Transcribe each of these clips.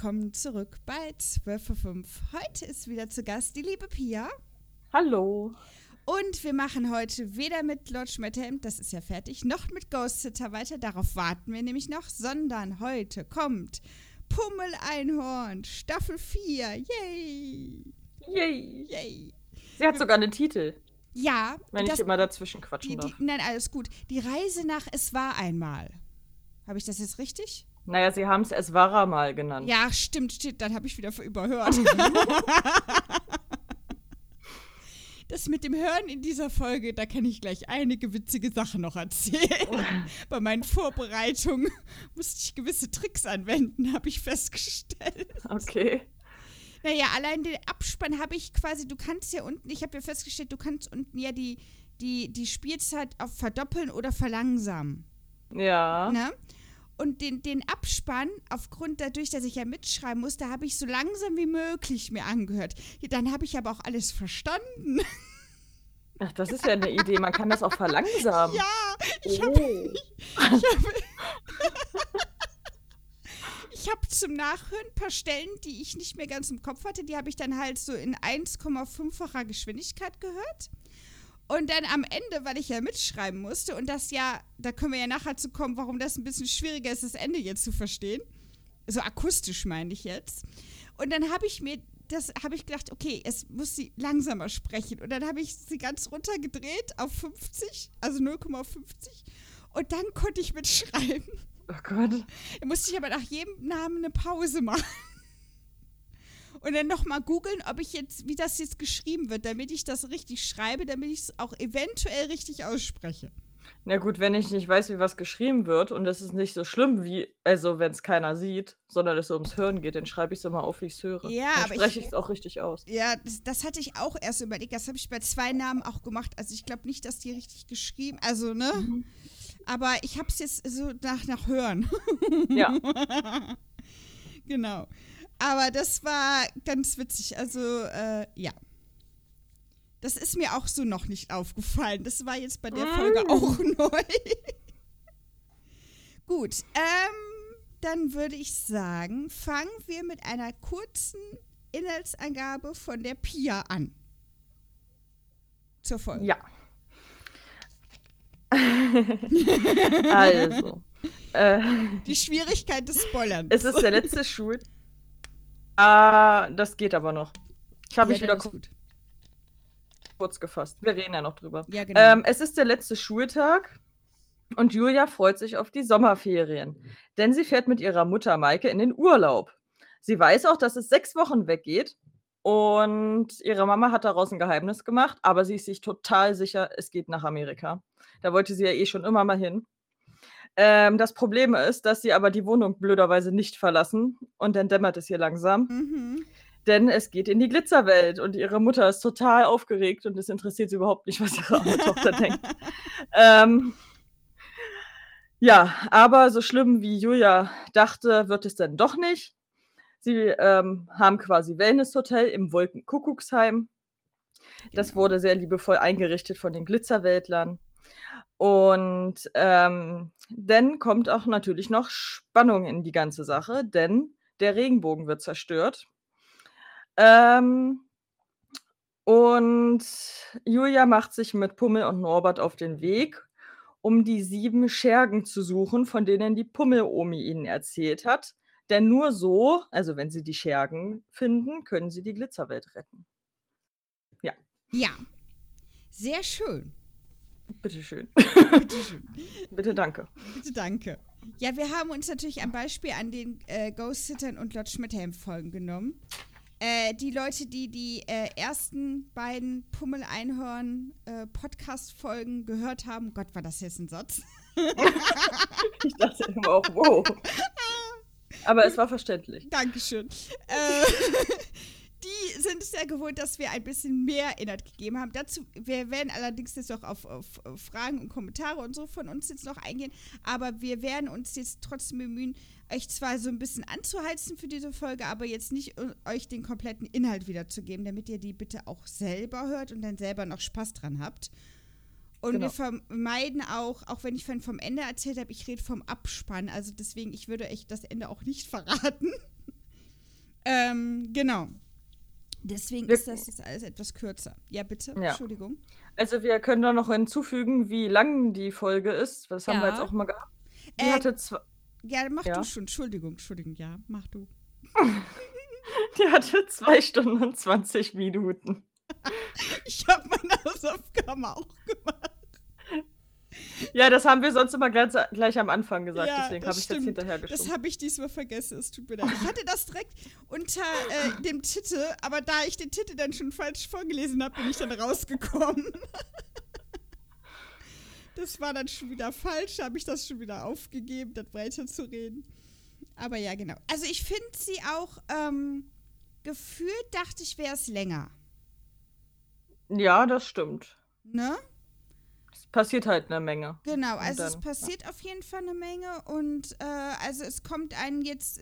willkommen zurück bei 12 vor 5. Heute ist wieder zu Gast die liebe Pia. Hallo. Und wir machen heute weder mit Lord Schmetterhelm, das ist ja fertig, noch mit Ghost Sitter weiter, darauf warten wir nämlich noch, sondern heute kommt Pummel-Einhorn, Staffel 4, yay! Yay! Yay! Sie hat sogar einen Titel. Ja. Wenn ich immer dazwischen quatschen darf. Nein, alles gut. Die Reise nach Es war einmal. Habe ich das jetzt richtig? Naja, sie haben es war mal genannt. Ja, stimmt, dann habe ich wieder überhört. Das mit dem Hören in dieser Folge, da kann ich gleich einige witzige Sachen noch erzählen. Bei meinen Vorbereitungen musste ich gewisse Tricks anwenden, habe ich festgestellt. Okay. Naja, allein den Abspann habe ich quasi, du kannst ja unten, ich habe ja festgestellt, du kannst unten ja die Spielzeit auf verdoppeln oder verlangsamen. Ja. Ne? Und den Abspann, aufgrund dadurch, dass ich ja mitschreiben musste, habe ich so langsam wie möglich mir angehört. Dann habe ich aber auch alles verstanden. Ach, das ist ja eine Idee. Man kann das auch verlangsamen. Ja, ich habe zum Nachhören ein paar Stellen, die ich nicht mehr ganz im Kopf hatte, die habe ich dann halt so in 1,5-facher Geschwindigkeit gehört. Und dann am Ende, weil ich ja mitschreiben musste, und das ja, da können wir ja nachher zu kommen, warum das ein bisschen schwieriger ist, das Ende jetzt zu verstehen. So akustisch meine ich jetzt. Und dann habe ich gedacht, okay, es muss sie langsamer sprechen. Und dann habe ich sie ganz runtergedreht auf 50, also 0,50. Und dann konnte ich mitschreiben. Oh Gott. Dann musste ich aber nach jedem Namen eine Pause machen. Und dann nochmal googeln, wie das jetzt geschrieben wird, damit ich das richtig schreibe, damit ich es auch eventuell richtig ausspreche. Na gut, wenn ich nicht weiß, wie was geschrieben wird und es ist nicht so schlimm, wenn es keiner sieht, sondern es so ums Hören geht, dann schreibe ich es immer auf, wie ich es höre. Ja, dann aber spreche ich es auch richtig aus. Ja, das hatte ich auch erst überlegt. Das habe ich bei 2 Namen auch gemacht. Also ich glaube nicht, dass die richtig geschrieben, also ne? Mhm. Aber ich habe es jetzt so nach Hören. Ja. Genau. Aber das war ganz witzig. Also, ja. Das ist mir auch so noch nicht aufgefallen. Das war jetzt bei der Folge auch neu. Gut, dann würde ich sagen, fangen wir mit einer kurzen Inhaltsangabe von der Pia an. Zur Folge. Ja. Also. Die Schwierigkeit des Spoilerns. Es ist der letzte Schultag. Das geht aber noch. Ich habe mich wieder kurz gefasst. Wir reden ja noch drüber. Ja, genau. Es ist der letzte Schultag und Julia freut sich auf die Sommerferien, denn sie fährt mit ihrer Mutter Maike in den Urlaub. Sie weiß auch, dass es 6 Wochen weggeht und ihre Mama hat daraus ein Geheimnis gemacht, aber sie ist sich total sicher, es geht nach Amerika. Da wollte sie ja schon immer mal hin. Das Problem ist, dass sie aber die Wohnung blöderweise nicht verlassen und dann dämmert es hier langsam. Mhm. Denn es geht in die Glitzerwelt und ihre Mutter ist total aufgeregt und es interessiert sie überhaupt nicht, was ihre arme Tochter denkt. Ja, aber so schlimm wie Julia dachte, wird es dann doch nicht. Sie haben quasi Wellnesshotel im Wolkenkuckucksheim. Genau. Das wurde sehr liebevoll eingerichtet von den Glitzerweltlern. Und dann kommt auch natürlich noch Spannung in die ganze Sache, denn der Regenbogen wird zerstört. Und Julia macht sich mit Pummel und Norbert auf den Weg, um die 7 Schergen zu suchen, von denen die Pummel-Omi ihnen erzählt hat. Denn nur so, also wenn sie die Schergen finden, können sie die Glitzerwelt retten. Ja. Ja, sehr schön. Bitteschön. Bitteschön. Bitte danke. Bitte danke. Ja, wir haben uns natürlich ein Beispiel an den Ghost Sittern und Lord Schmetterhelm-Folgen genommen. Die Leute, die ersten beiden Pummel-Einhorn-Podcast-Folgen gehört haben, Gott, war das jetzt ein Satz? Ich dachte immer auch, wow. Aber es war verständlich. Dankeschön. Die sind es ja gewohnt, dass wir ein bisschen mehr Inhalt gegeben haben. Wir werden allerdings jetzt noch auf Fragen und Kommentare und so von uns jetzt noch eingehen, aber wir werden uns jetzt trotzdem bemühen, euch zwar so ein bisschen anzuheizen für diese Folge, aber jetzt nicht euch den kompletten Inhalt wiederzugeben, damit ihr die bitte auch selber hört und dann selber noch Spaß dran habt. Und genau. Wir vermeiden auch wenn ich vom Ende erzählt habe, ich rede vom Abspann, also deswegen, ich würde euch das Ende auch nicht verraten. Genau. Deswegen ist das jetzt alles etwas kürzer. Ja, bitte. Ja. Entschuldigung. Also wir können da noch hinzufügen, wie lang die Folge ist. Das haben wir jetzt auch mal gehabt. Die Äh, hatte zwei, Ja, mach ja. du schon. Entschuldigung, ja, mach du. Die hatte 2 Stunden und 20 Minuten. Ich habe meine Hausaufgaben auch gemacht. Ja, das haben wir sonst immer gleich am Anfang gesagt, Ja, deswegen das habe ich jetzt stimmt. hinterher geschoben. Das habe ich diesmal vergessen, es tut mir leid. Ich hatte das direkt unter dem Titel, aber da ich den Titel dann schon falsch vorgelesen habe, bin ich dann rausgekommen. Das war dann schon wieder falsch, habe ich das schon wieder aufgegeben, das weiterzureden. Aber ja, genau. Also ich finde sie auch, gefühlt dachte ich, wäre es länger. Ja, das stimmt. Ne? Es passiert halt eine Menge. Genau, Und also es dann, passiert auf jeden Fall eine Menge und also es kommt einem jetzt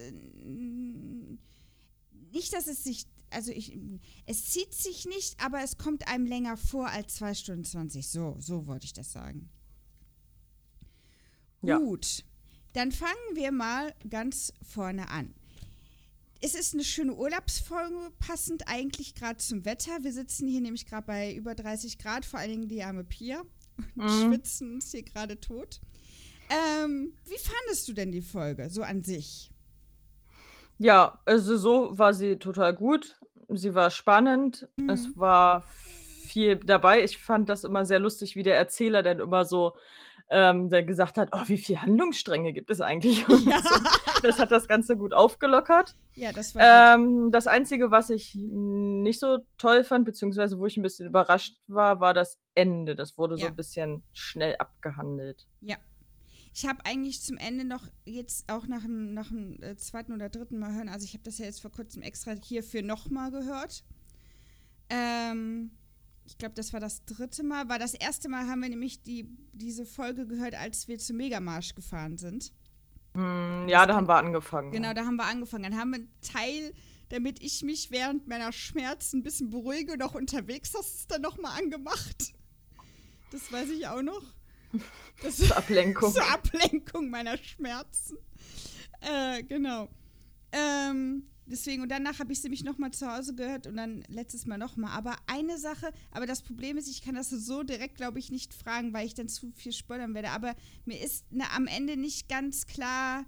nicht, dass es sich, also es zieht sich nicht, aber es kommt einem länger vor als 2 Stunden 20. So wollte ich das sagen. Ja. Gut, dann fangen wir mal ganz vorne an. Es ist eine schöne Urlaubsfolge, passend eigentlich gerade zum Wetter. Wir sitzen hier nämlich gerade bei über 30 Grad, vor allen Dingen die arme Pia. Und schwitzen uns hier gerade tot. Wie fandest du denn die Folge, so an sich? Ja, also so war sie total gut. Sie war spannend. Es war viel dabei. Ich fand das immer sehr lustig, wie der Erzähler dann immer so der gesagt hat, oh, wie viele Handlungsstränge gibt es eigentlich? Ja. So. Das hat das Ganze gut aufgelockert. Ja, das war gut. Das Einzige, was ich nicht so toll fand, beziehungsweise wo ich ein bisschen überrascht war, war das Ende. Das wurde so Ja. ein bisschen schnell abgehandelt. Ja. Ich habe eigentlich zum Ende noch jetzt auch nach dem zweiten oder dritten Mal hören, also ich habe das ja jetzt vor kurzem extra hierfür nochmal gehört. Ich glaube, das war das dritte Mal. Das erste Mal haben wir nämlich diese Folge gehört, als wir zum Megamarsch gefahren sind. Ja, da haben wir angefangen. Genau, da haben wir angefangen. Dann haben wir einen Teil, damit ich mich während meiner Schmerzen ein bisschen beruhige, noch unterwegs hast du es dann nochmal angemacht. Das weiß ich auch noch. Zur Ablenkung. Zur Ablenkung meiner Schmerzen. Genau. Deswegen, und danach habe ich sie nämlich nochmal zu Hause gehört und dann letztes Mal nochmal. Aber eine Sache, aber das Problem ist, ich kann das so direkt, glaube ich, nicht fragen, weil ich dann zu viel spoilern werde. Aber mir ist am Ende nicht ganz klar,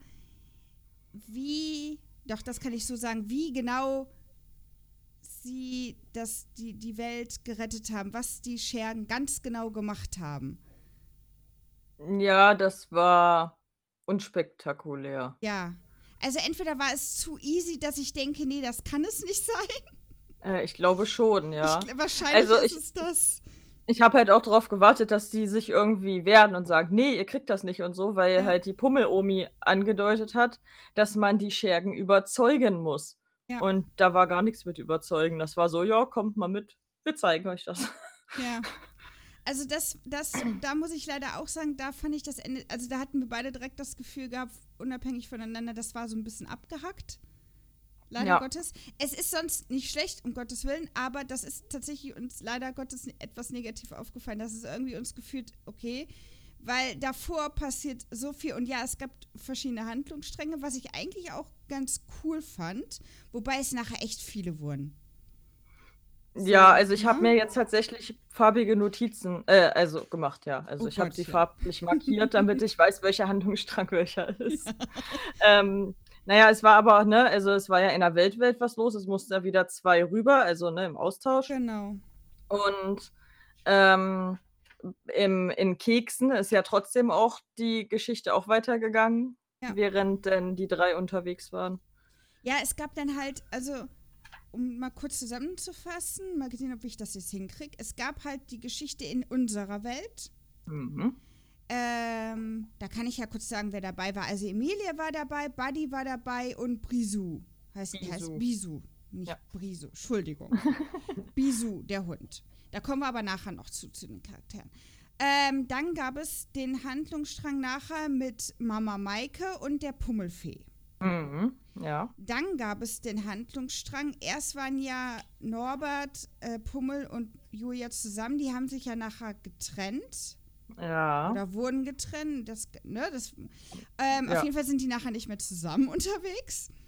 doch, das kann ich so sagen, wie genau sie die Welt gerettet haben, was die Schergen ganz genau gemacht haben. Ja, das war unspektakulär. Ja. Also entweder war es zu easy, dass ich denke, nee, das kann es nicht sein. Ich glaube schon, ja. Wahrscheinlich ist es das. Ich habe halt auch darauf gewartet, dass die sich irgendwie wehren und sagen, nee, ihr kriegt das nicht und so, weil halt die Pummel-Omi angedeutet hat, dass man die Schergen überzeugen muss. Ja. Und da war gar nichts mit überzeugen. Das war so, ja, kommt mal mit, wir zeigen euch das. Ja. Also da muss ich leider auch sagen, da fand ich das Ende, also da hatten wir beide direkt das Gefühl gehabt, unabhängig voneinander, das war so ein bisschen abgehackt. Leider Gottes. Es ist sonst nicht schlecht, um Gottes Willen, aber das ist tatsächlich uns leider Gottes etwas negativ aufgefallen. Das ist irgendwie uns gefühlt, okay, weil davor passiert so viel und ja, es gab verschiedene Handlungsstränge, was ich eigentlich auch ganz cool fand, wobei es nachher echt viele wurden. So, ja, also ich habe mir jetzt tatsächlich farbige Notizen gemacht, ja. Also ich habe sie farblich markiert, damit ich weiß, welcher Handlungsstrang welcher ist. Ja. Naja, es war aber, ne, also es war ja in der Weltwelt was los, es mussten ja wieder 2 rüber, also ne, im Austausch. Genau. Und in Keksen ist ja trotzdem auch die Geschichte auch weitergegangen, während dann die 3 unterwegs waren. Ja, es gab dann halt, also um mal kurz zusammenzufassen, mal gesehen, ob ich das jetzt hinkriege. Es gab halt die Geschichte in unserer Welt. Da kann ich ja kurz sagen, wer dabei war. Also Emilia war dabei, Buddy war dabei und Bisou. Heißt Bisou, nicht Brisu. Entschuldigung. Bisou, der Hund. Da kommen wir aber nachher noch zu den Charakteren. Dann gab es den Handlungsstrang nachher mit Mama Maike und der Pummelfee. Ja. Dann gab es den Handlungsstrang. Erst waren ja Norbert, Pummel und Julia zusammen. Die haben sich ja nachher getrennt. Ja. Oder wurden getrennt. Auf jeden Fall sind die nachher nicht mehr zusammen unterwegs.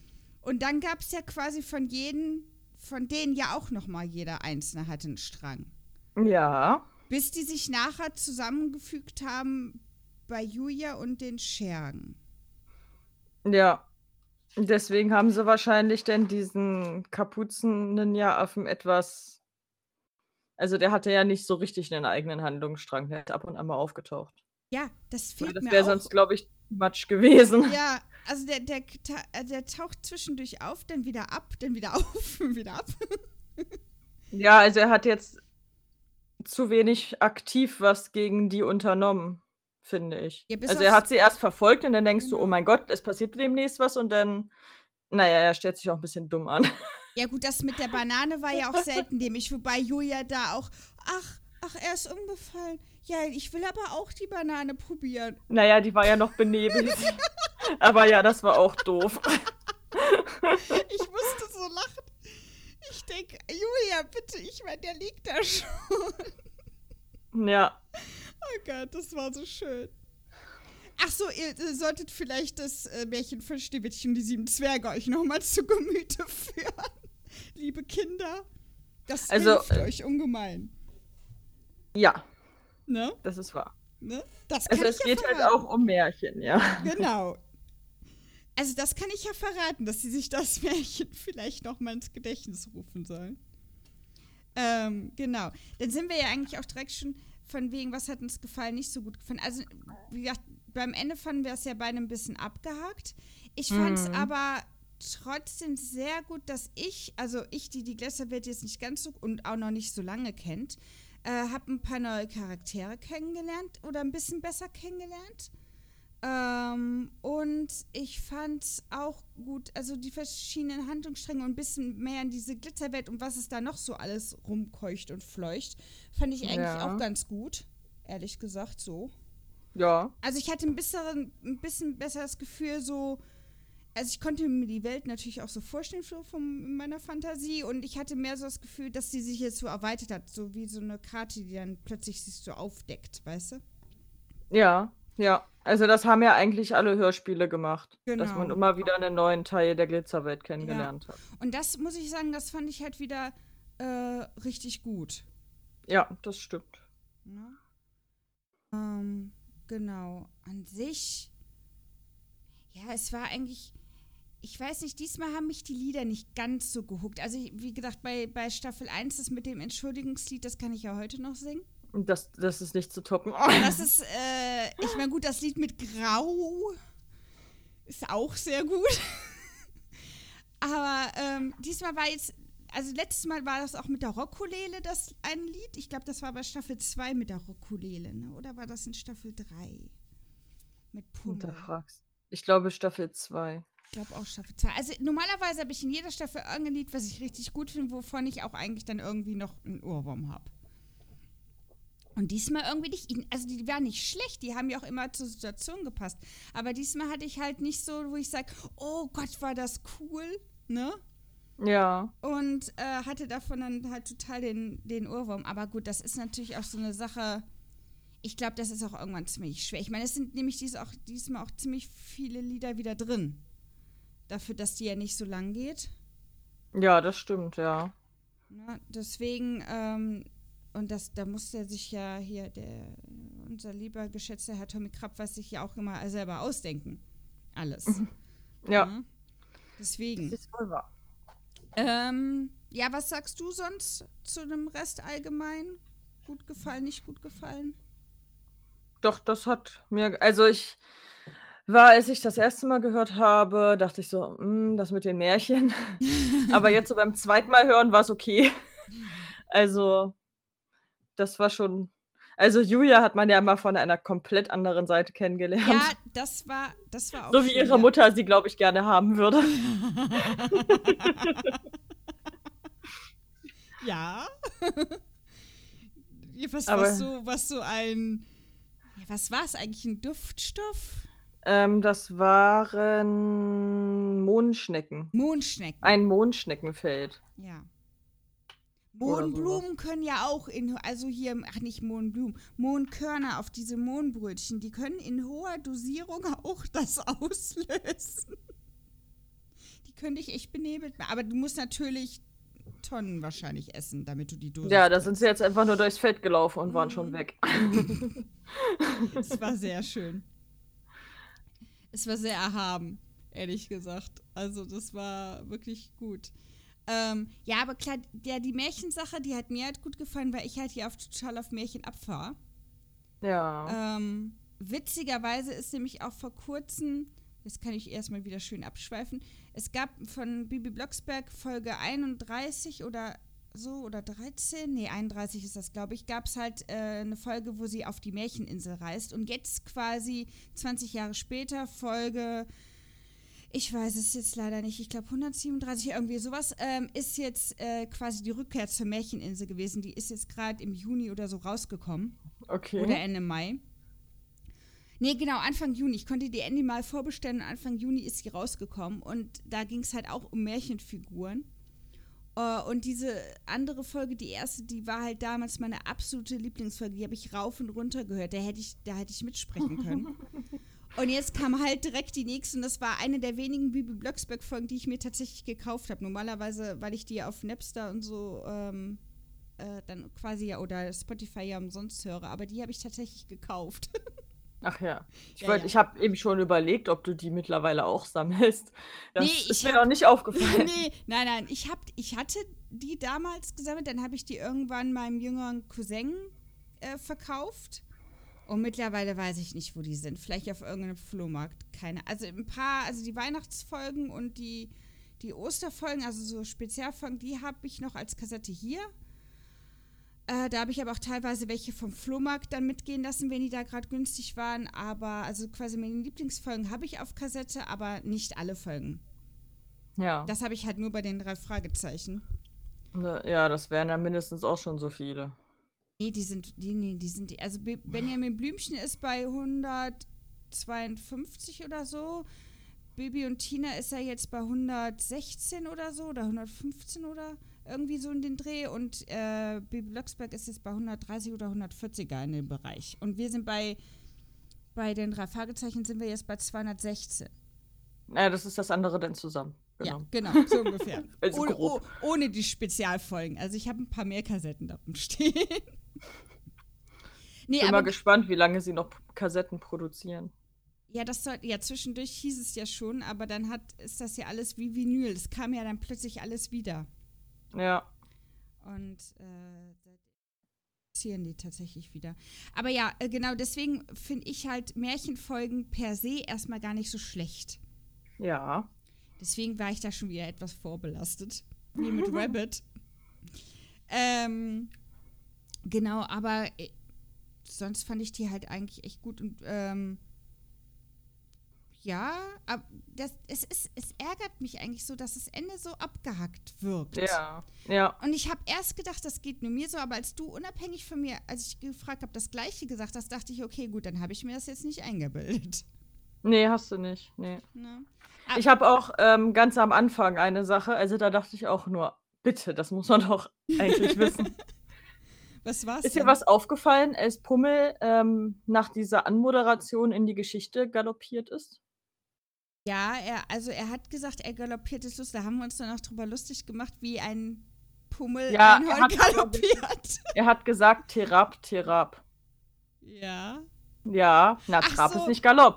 Und dann gab es ja quasi von denen ja auch nochmal jeder Einzelne hatte einen Strang. Ja. Bis die sich nachher zusammengefügt haben bei Julia und den Schergen. Ja. Deswegen haben sie wahrscheinlich denn diesen Kapuzennenaffen etwas. Also der hatte ja nicht so richtig einen eigenen Handlungsstrang. Der ist ab und an mal aufgetaucht. Ja, das Weil fehlt das mir wäre auch. sonst, glaube ich, too much gewesen. Ja, also der taucht zwischendurch auf, dann wieder ab, dann wieder auf und wieder ab. Ja, also er hat jetzt zu wenig aktiv was gegen die unternommen, finde ich. Ja, bis Also er aufs- hat sie erst verfolgt und dann denkst du, Genau. oh mein Gott, es passiert demnächst was und dann, naja, er stellt sich auch ein bisschen dumm an. Ja gut, das mit der Banane war ja auch selten dämlich, wobei Julia da auch, ach, er ist umgefallen. Ja, ich will aber auch die Banane probieren. Naja, die war ja noch benebelt. Aber ja, das war auch doof. Ich musste so lachen. Ich denke, Julia, bitte, ich meine, der liegt da schon. Ja. Oh Gott, das war so schön. Ach so, ihr solltet vielleicht das Märchen von Schneewittchen und die 7 Zwerge euch nochmal zu Gemüte führen. Liebe Kinder, das hilft euch ungemein. Ja, Ne? das ist wahr. Ne? Das Also kann es ich ja geht halt verraten. auch um Märchen, ja. Genau. Also das kann ich ja verraten, dass sie sich das Märchen vielleicht noch mal ins Gedächtnis rufen sollen. Genau. Dann sind wir ja eigentlich auch direkt schon von wegen, was hat uns gefallen, nicht so gut gefallen. Also, wie gesagt, beim Ende fanden wir es ja beide ein bisschen abgehakt. Ich fand es aber trotzdem sehr gut, dass die Gläserwelt jetzt nicht ganz so und auch noch nicht so lange kennt, habe ein paar neue Charaktere kennengelernt oder ein bisschen besser kennengelernt. Und ich fand auch gut, also die verschiedenen Handlungsstränge und ein bisschen mehr in diese Glitzerwelt und was es da noch so alles rumkeucht und fleucht, fand ich eigentlich auch ganz gut, ehrlich gesagt so. Ja. Also ich hatte ein bisschen besseres Gefühl so, also ich konnte mir die Welt natürlich auch so vorstellen von meiner Fantasie und ich hatte mehr so das Gefühl, dass sie sich jetzt so erweitert hat, so wie so eine Karte, die dann plötzlich sich so aufdeckt, weißt du? Ja, ja. Also das haben ja eigentlich alle Hörspiele gemacht. Genau. Dass man immer wieder einen neuen Teil der Glitzerwelt kennengelernt hat. Und das muss ich sagen, das fand ich halt wieder richtig gut. Ja, das stimmt. Ne? Genau. An sich, ja, es war eigentlich, ich weiß nicht, diesmal haben mich die Lieder nicht ganz so gehuckt. Also, wie gesagt, bei Staffel 1, das mit dem Entschuldigungslied, das kann ich ja heute noch singen. Das ist nicht zu toppen. Das ist, ich meine, gut, das Lied mit Grau ist auch sehr gut. Aber diesmal war jetzt, also letztes Mal war das auch mit der Rockulele, das ein Lied. Ich glaube, das war bei Staffel 2 mit der Rockulele, ne? Oder war das in Staffel 3? Mit Pummel. Hinterfragst. Ich glaube Staffel 2. Ich glaube auch Staffel 2. Also normalerweise habe ich in jeder Staffel irgendein Lied, was ich richtig gut finde, wovon ich auch eigentlich dann irgendwie noch einen Ohrwurm habe. Und diesmal irgendwie nicht. Also die waren nicht schlecht, die haben ja auch immer zur Situation gepasst. Aber diesmal hatte ich halt nicht so, wo ich sage, oh Gott, war das cool, ne? Ja. Und hatte davon dann halt total den Ohrwurm. Aber gut, das ist natürlich auch so eine Sache, ich glaube, das ist auch irgendwann ziemlich schwer. Ich meine, es sind nämlich diesmal auch ziemlich viele Lieder wieder drin. Dafür, dass die ja nicht so lang geht. Ja, das stimmt, ja. Na, deswegen, und da muss er sich ja hier, unser lieber, geschätzter Herr Tommy Krapp, was sich ja auch immer selber ausdenken. Alles. Ja. Ja, deswegen. Das ist wohl wahr. Ja, was sagst du sonst zu dem Rest allgemein? Gut gefallen, nicht gut gefallen? Doch, das hat mir, also ich war, als ich das erste Mal gehört habe, dachte ich so, das mit den Märchen. Aber jetzt so beim zweiten Mal hören war es okay. Also, das war schon, also Julia hat man ja mal von einer komplett anderen Seite kennengelernt. Ja, das war auch so wie schön, ihre ja. Mutter sie, glaube ich, gerne haben würde. Ja. Was so ein. Ja, was war es eigentlich? Ein Duftstoff? Das waren Mohnschnecken. Mondschnecken. Ein Mohnschneckenfeld. Ja. Oder Mohnblumen können ja auch nicht Mohnblumen, Mohnkörner auf diese Mohnbrötchen, die können in hoher Dosierung auch das auslösen. könnte ich echt benebelt machen. Aber du musst natürlich Tonnen wahrscheinlich essen, damit du die Dosis Ja, da sind kriegst. sie jetzt einfach nur durchs Feld gelaufen und waren schon weg. Es war sehr schön. Es war sehr erhaben, ehrlich gesagt. Also das war wirklich gut. Ja, aber klar, die Märchensache, die hat mir halt gut gefallen, weil ich halt hier total auf Märchen abfahre. Ja. Witzigerweise ist nämlich auch vor kurzem, jetzt kann ich erstmal wieder schön abschweifen, es gab von Bibi Blocksberg Folge 31 oder so, oder 13, nee, 31 ist das, glaube ich, gab es halt eine Folge, wo sie auf die Märcheninsel reist. Und jetzt quasi 20 Jahre später, Folge, ich weiß es jetzt leider nicht, ich glaube 137, irgendwie sowas, ist jetzt quasi die Rückkehr zur Märcheninsel gewesen. Die ist jetzt gerade im Juni oder so rausgekommen. Okay. Oder Ende Mai. Nee, genau, Anfang Juni. Ich konnte die Ende mal vorbestellen und Anfang Juni ist sie rausgekommen. Und da ging es halt auch um Märchenfiguren. Und diese andere Folge, die erste, die war halt damals meine absolute Lieblingsfolge. Die habe ich rauf und runter gehört. Da hätte ich mitsprechen können. Und jetzt kam halt direkt die nächste. Und das war eine der wenigen Bibi Blocksberg-Folgen, die ich mir tatsächlich gekauft habe. Normalerweise, weil ich die auf Napster und so dann quasi ja oder Spotify ja umsonst höre. Aber die habe ich tatsächlich gekauft. Ach ja. Ja. Ich habe eben schon überlegt, ob du die mittlerweile auch sammelst. Das Nee, ist mir noch nicht aufgefallen. Nee, nein. Ich hatte die damals gesammelt, dann habe ich die irgendwann meinem jüngeren Cousin verkauft. Und mittlerweile weiß ich nicht, wo die sind. Vielleicht auf irgendeinem Flohmarkt. Also die Weihnachtsfolgen und die Osterfolgen, also so Spezialfolgen, die habe ich noch als Kassette hier. Da habe ich aber auch teilweise welche vom Flohmarkt dann mitgehen lassen, wenn die da gerade günstig waren. Aber also quasi meine Lieblingsfolgen habe ich auf Kassette, aber nicht alle Folgen. Ja. Das habe ich halt nur bei den 3 Fragezeichen. Ja, das wären ja mindestens auch schon so viele. Nee, also Benjamin Blümchen ist bei 152 oder so. Bibi und Tina ist ja jetzt bei 116 oder so oder 115 oder irgendwie so in den Dreh. Und Bibi Blocksberg ist jetzt bei 130 oder 140er in dem Bereich. Und wir sind bei den 3 Fragezeichen sind wir jetzt bei 216. Ja, das ist das andere dann zusammen. Genau. Ja, genau, so ungefähr. Also ohne die Spezialfolgen. Also ich habe ein paar mehr Kassetten da stehen. Nee, Bin mal gespannt, wie lange sie noch Kassetten produzieren. Ja, zwischendurch hieß es ja schon, aber dann ist das ja alles wie Vinyl. Es kam ja dann plötzlich alles wieder. Ja. Und passieren die tatsächlich wieder. Aber ja, genau, deswegen finde ich halt Märchenfolgen per se erstmal gar nicht so schlecht. Ja. Deswegen war ich da schon wieder etwas vorbelastet. Wie mit Rabbit. Genau, aber sonst fand ich die halt eigentlich echt gut und ja, aber es ärgert mich eigentlich so, dass das Ende so abgehackt wirkt. Ja. Und ich habe erst gedacht, das geht nur mir so, aber als du unabhängig von mir, als ich gefragt habe, das Gleiche gesagt hast, dachte ich, okay, gut, dann habe ich mir das jetzt nicht eingebildet. Nee, hast du nicht. Nee. Ne? Ich habe auch ganz am Anfang eine Sache, also da dachte ich auch nur, bitte, das muss man doch eigentlich wissen. Was war's Ist dir denn? was aufgefallen, als Pummel nach dieser Anmoderation in die Geschichte galoppiert ist? Ja, er hat gesagt, er galoppiert es los. Da haben wir uns dann auch drüber lustig gemacht, wie ein Pummel Einhorn galoppiert. Er hat gesagt, Terab, Terab. Ja. Ja, na, Trab ist nicht Galopp.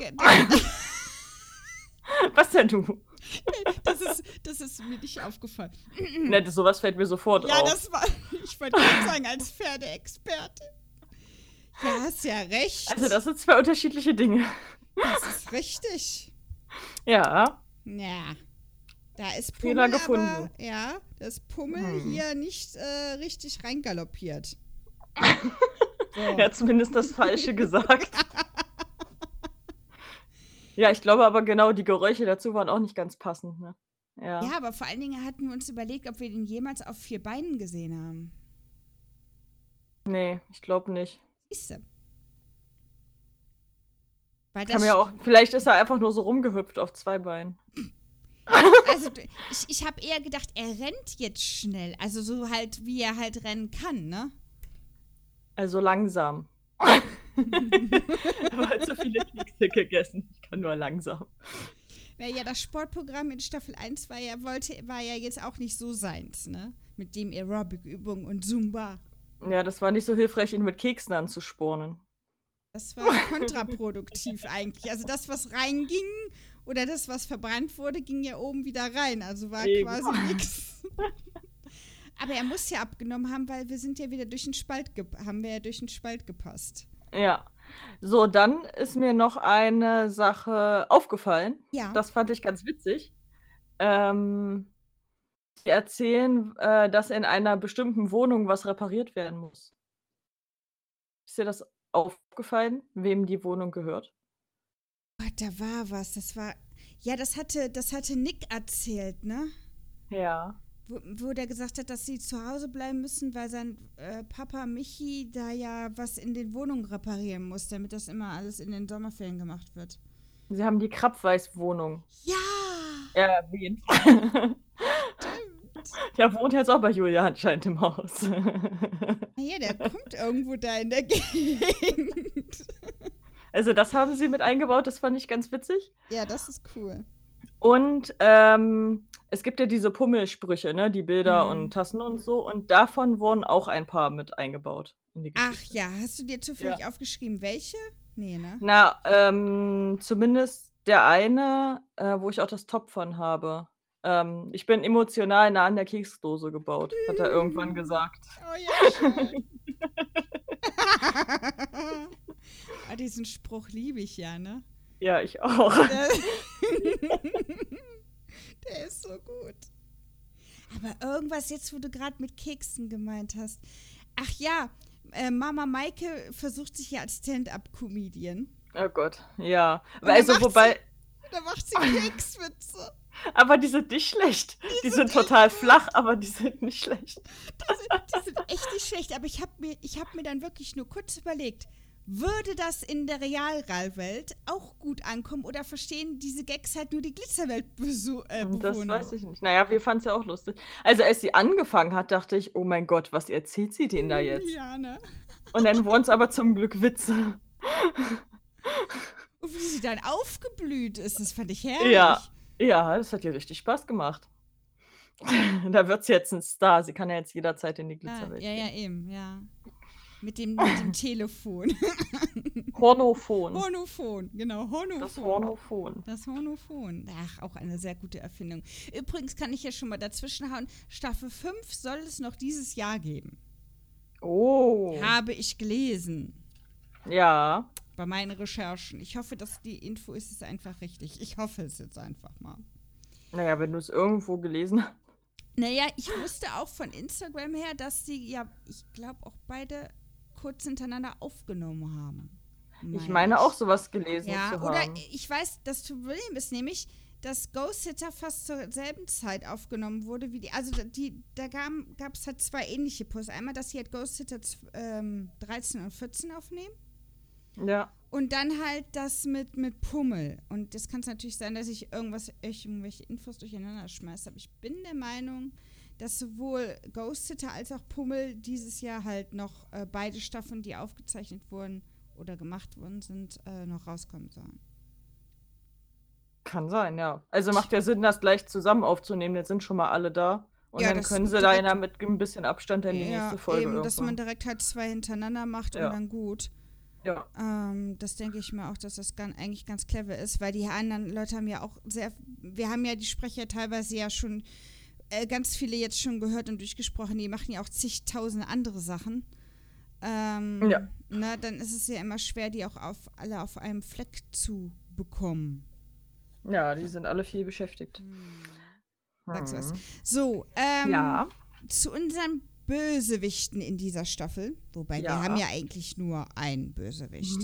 Was denn du? Das ist mir nicht aufgefallen. Ne, sowas fällt mir sofort auf. Ja, ich wollte gerade sagen, als Pferdeexperte. Ja, hast ja recht. Also das sind 2 unterschiedliche Dinge. Das ist richtig. Ja. Ja. Da ist Fehler Pummel gefunden. aber, ja, das Pummel hier nicht richtig reingaloppiert. So. Er hat zumindest das Falsche gesagt. Ja, ich glaube aber genau, die Geräusche dazu waren auch nicht ganz passend. Ne? Ja, aber vor allen Dingen hatten wir uns überlegt, ob wir den jemals auf 4 Beinen gesehen haben. Nee, ich glaube nicht. Siehste. Vielleicht ist er einfach nur so rumgehüpft auf 2 Beinen. Also ich habe eher gedacht, er rennt jetzt schnell. Also so halt, wie er halt rennen kann, ne? Also langsam. Ich habe halt so viele Kekse gegessen. Ich kann nur langsam. Naja, das Sportprogramm in Staffel 1 war ja jetzt auch nicht so seins, ne? Mit dem Aerobic-Übungen und Zumba. Ja, das war nicht so hilfreich, ihn mit Keksen anzuspornen. Das war kontraproduktiv eigentlich. Also das, was reinging oder das, was verbrannt wurde, ging ja oben wieder rein. Also war Eben. quasi nichts. Aber er muss ja abgenommen haben, weil wir sind ja wieder durch den Spalt gepasst. Ja. So, dann ist mir noch eine Sache aufgefallen. Ja. Das fand ich ganz witzig. Sie erzählen, dass in einer bestimmten Wohnung was repariert werden muss. Ist dir das aufgefallen, wem die Wohnung gehört? Gott, da war was. Das hatte Nick erzählt, ne? Ja. Wo der gesagt hat, dass sie zu Hause bleiben müssen, weil sein Papa Michi da ja was in den Wohnungen reparieren muss, damit das immer alles in den Sommerferien gemacht wird. Sie haben die Krabweis-Wohnung Ja! erwähnt. Der wohnt jetzt auch bei Julia anscheinend im Haus. Naja, der kommt irgendwo da in der Gegend. Also das haben sie mit eingebaut, das fand ich ganz witzig. Ja, das ist cool. Und es gibt ja diese Pummelsprüche, ne? Die Bilder und Tassen und so. Und davon wurden auch ein paar mit eingebaut in die Ach Geschichte. ja, hast du dir zufällig aufgeschrieben, welche? Nee, ne? Na, zumindest der eine, wo ich auch das Top von habe. Ich bin emotional nah an der Keksdose gebaut, hat er irgendwann gesagt. Oh ja, schön. Diesen Spruch liebe ich ja, ne? Ja, ich auch. Der ist so gut. Aber irgendwas jetzt, wo du gerade mit Keksen gemeint hast. Ach ja, Mama Maike versucht sich ja als Stand-up-Comedian. Oh Gott, ja. Und Also dann da macht sie Kekswitze. Aber die sind nicht schlecht. Die sind total flach, aber die sind nicht schlecht. Die sind echt nicht schlecht, aber ich hab mir dann wirklich nur kurz überlegt, würde das in der Realwelt auch gut ankommen oder verstehen diese Gags halt nur die Glitzerwelt-Bewohner? Das weiß ich nicht. Naja, wir fanden es ja auch lustig. Also als sie angefangen hat, dachte ich, oh mein Gott, was erzählt sie denn da jetzt? Ja, ne? Und dann wurden es aber zum Glück Witze. Und wie sie dann aufgeblüht ist, das fand ich herrlich. Ja, das hat ihr richtig Spaß gemacht. Da wird sie jetzt ein Star. Sie kann ja jetzt jederzeit in die Glitzerwelt gehen. Ja, eben, ja. Mit dem Telefon. Hornophon. Hornophon, genau, Hornophon. Das Hornophon. Das Hornophon. Ach, auch eine sehr gute Erfindung. Übrigens kann ich ja schon mal dazwischenhauen, Staffel 5 soll es noch dieses Jahr geben. Oh. Habe ich gelesen. Ja. Bei meinen Recherchen. Ich hoffe, dass die Info ist einfach richtig. Ich hoffe es jetzt einfach mal. Naja, wenn du es irgendwo gelesen hast. Naja, ich wusste auch von Instagram her, dass sie ja, ich glaube, auch beide kurz hintereinander aufgenommen haben. Ich meine auch sowas gelesen zu haben. Oder ich weiß, das Problem ist nämlich, dass Ghost Sitter fast zur selben Zeit aufgenommen wurde wie die. Also da gab es halt zwei ähnliche Posts. Einmal, dass sie halt Ghost Sitter 13 und 14 aufnehmen. Ja. Und dann halt das mit Pummel. Und das kann es natürlich sein, dass ich irgendwelche Infos durcheinander schmeiße. Aber ich bin der Meinung, dass sowohl Ghost Sitter als auch Pummel dieses Jahr halt noch beide Staffeln, die aufgezeichnet wurden oder gemacht worden sind, noch rauskommen sollen. Kann sein, ja. Also macht ja Sinn, das gleich zusammen aufzunehmen. Jetzt sind schon mal alle da. Und dann können sie da mit ein bisschen Abstand dann die nächste Folge eben, irgendwann. dass man direkt halt zwei hintereinander macht und dann gut. Ja. Das denke ich mir auch, dass das eigentlich ganz clever ist, weil die anderen Leute haben ja auch wir haben ja die Sprecher teilweise ja schon ganz viele jetzt schon gehört und durchgesprochen, die machen ja auch zigtausend andere Sachen. Dann ist es ja immer schwer, die auch alle auf einem Fleck zu bekommen. Ja, die sind alle viel beschäftigt. Sagst du was? So, zu unseren Bösewichten in dieser Staffel, wobei wir haben ja eigentlich nur einen Bösewicht.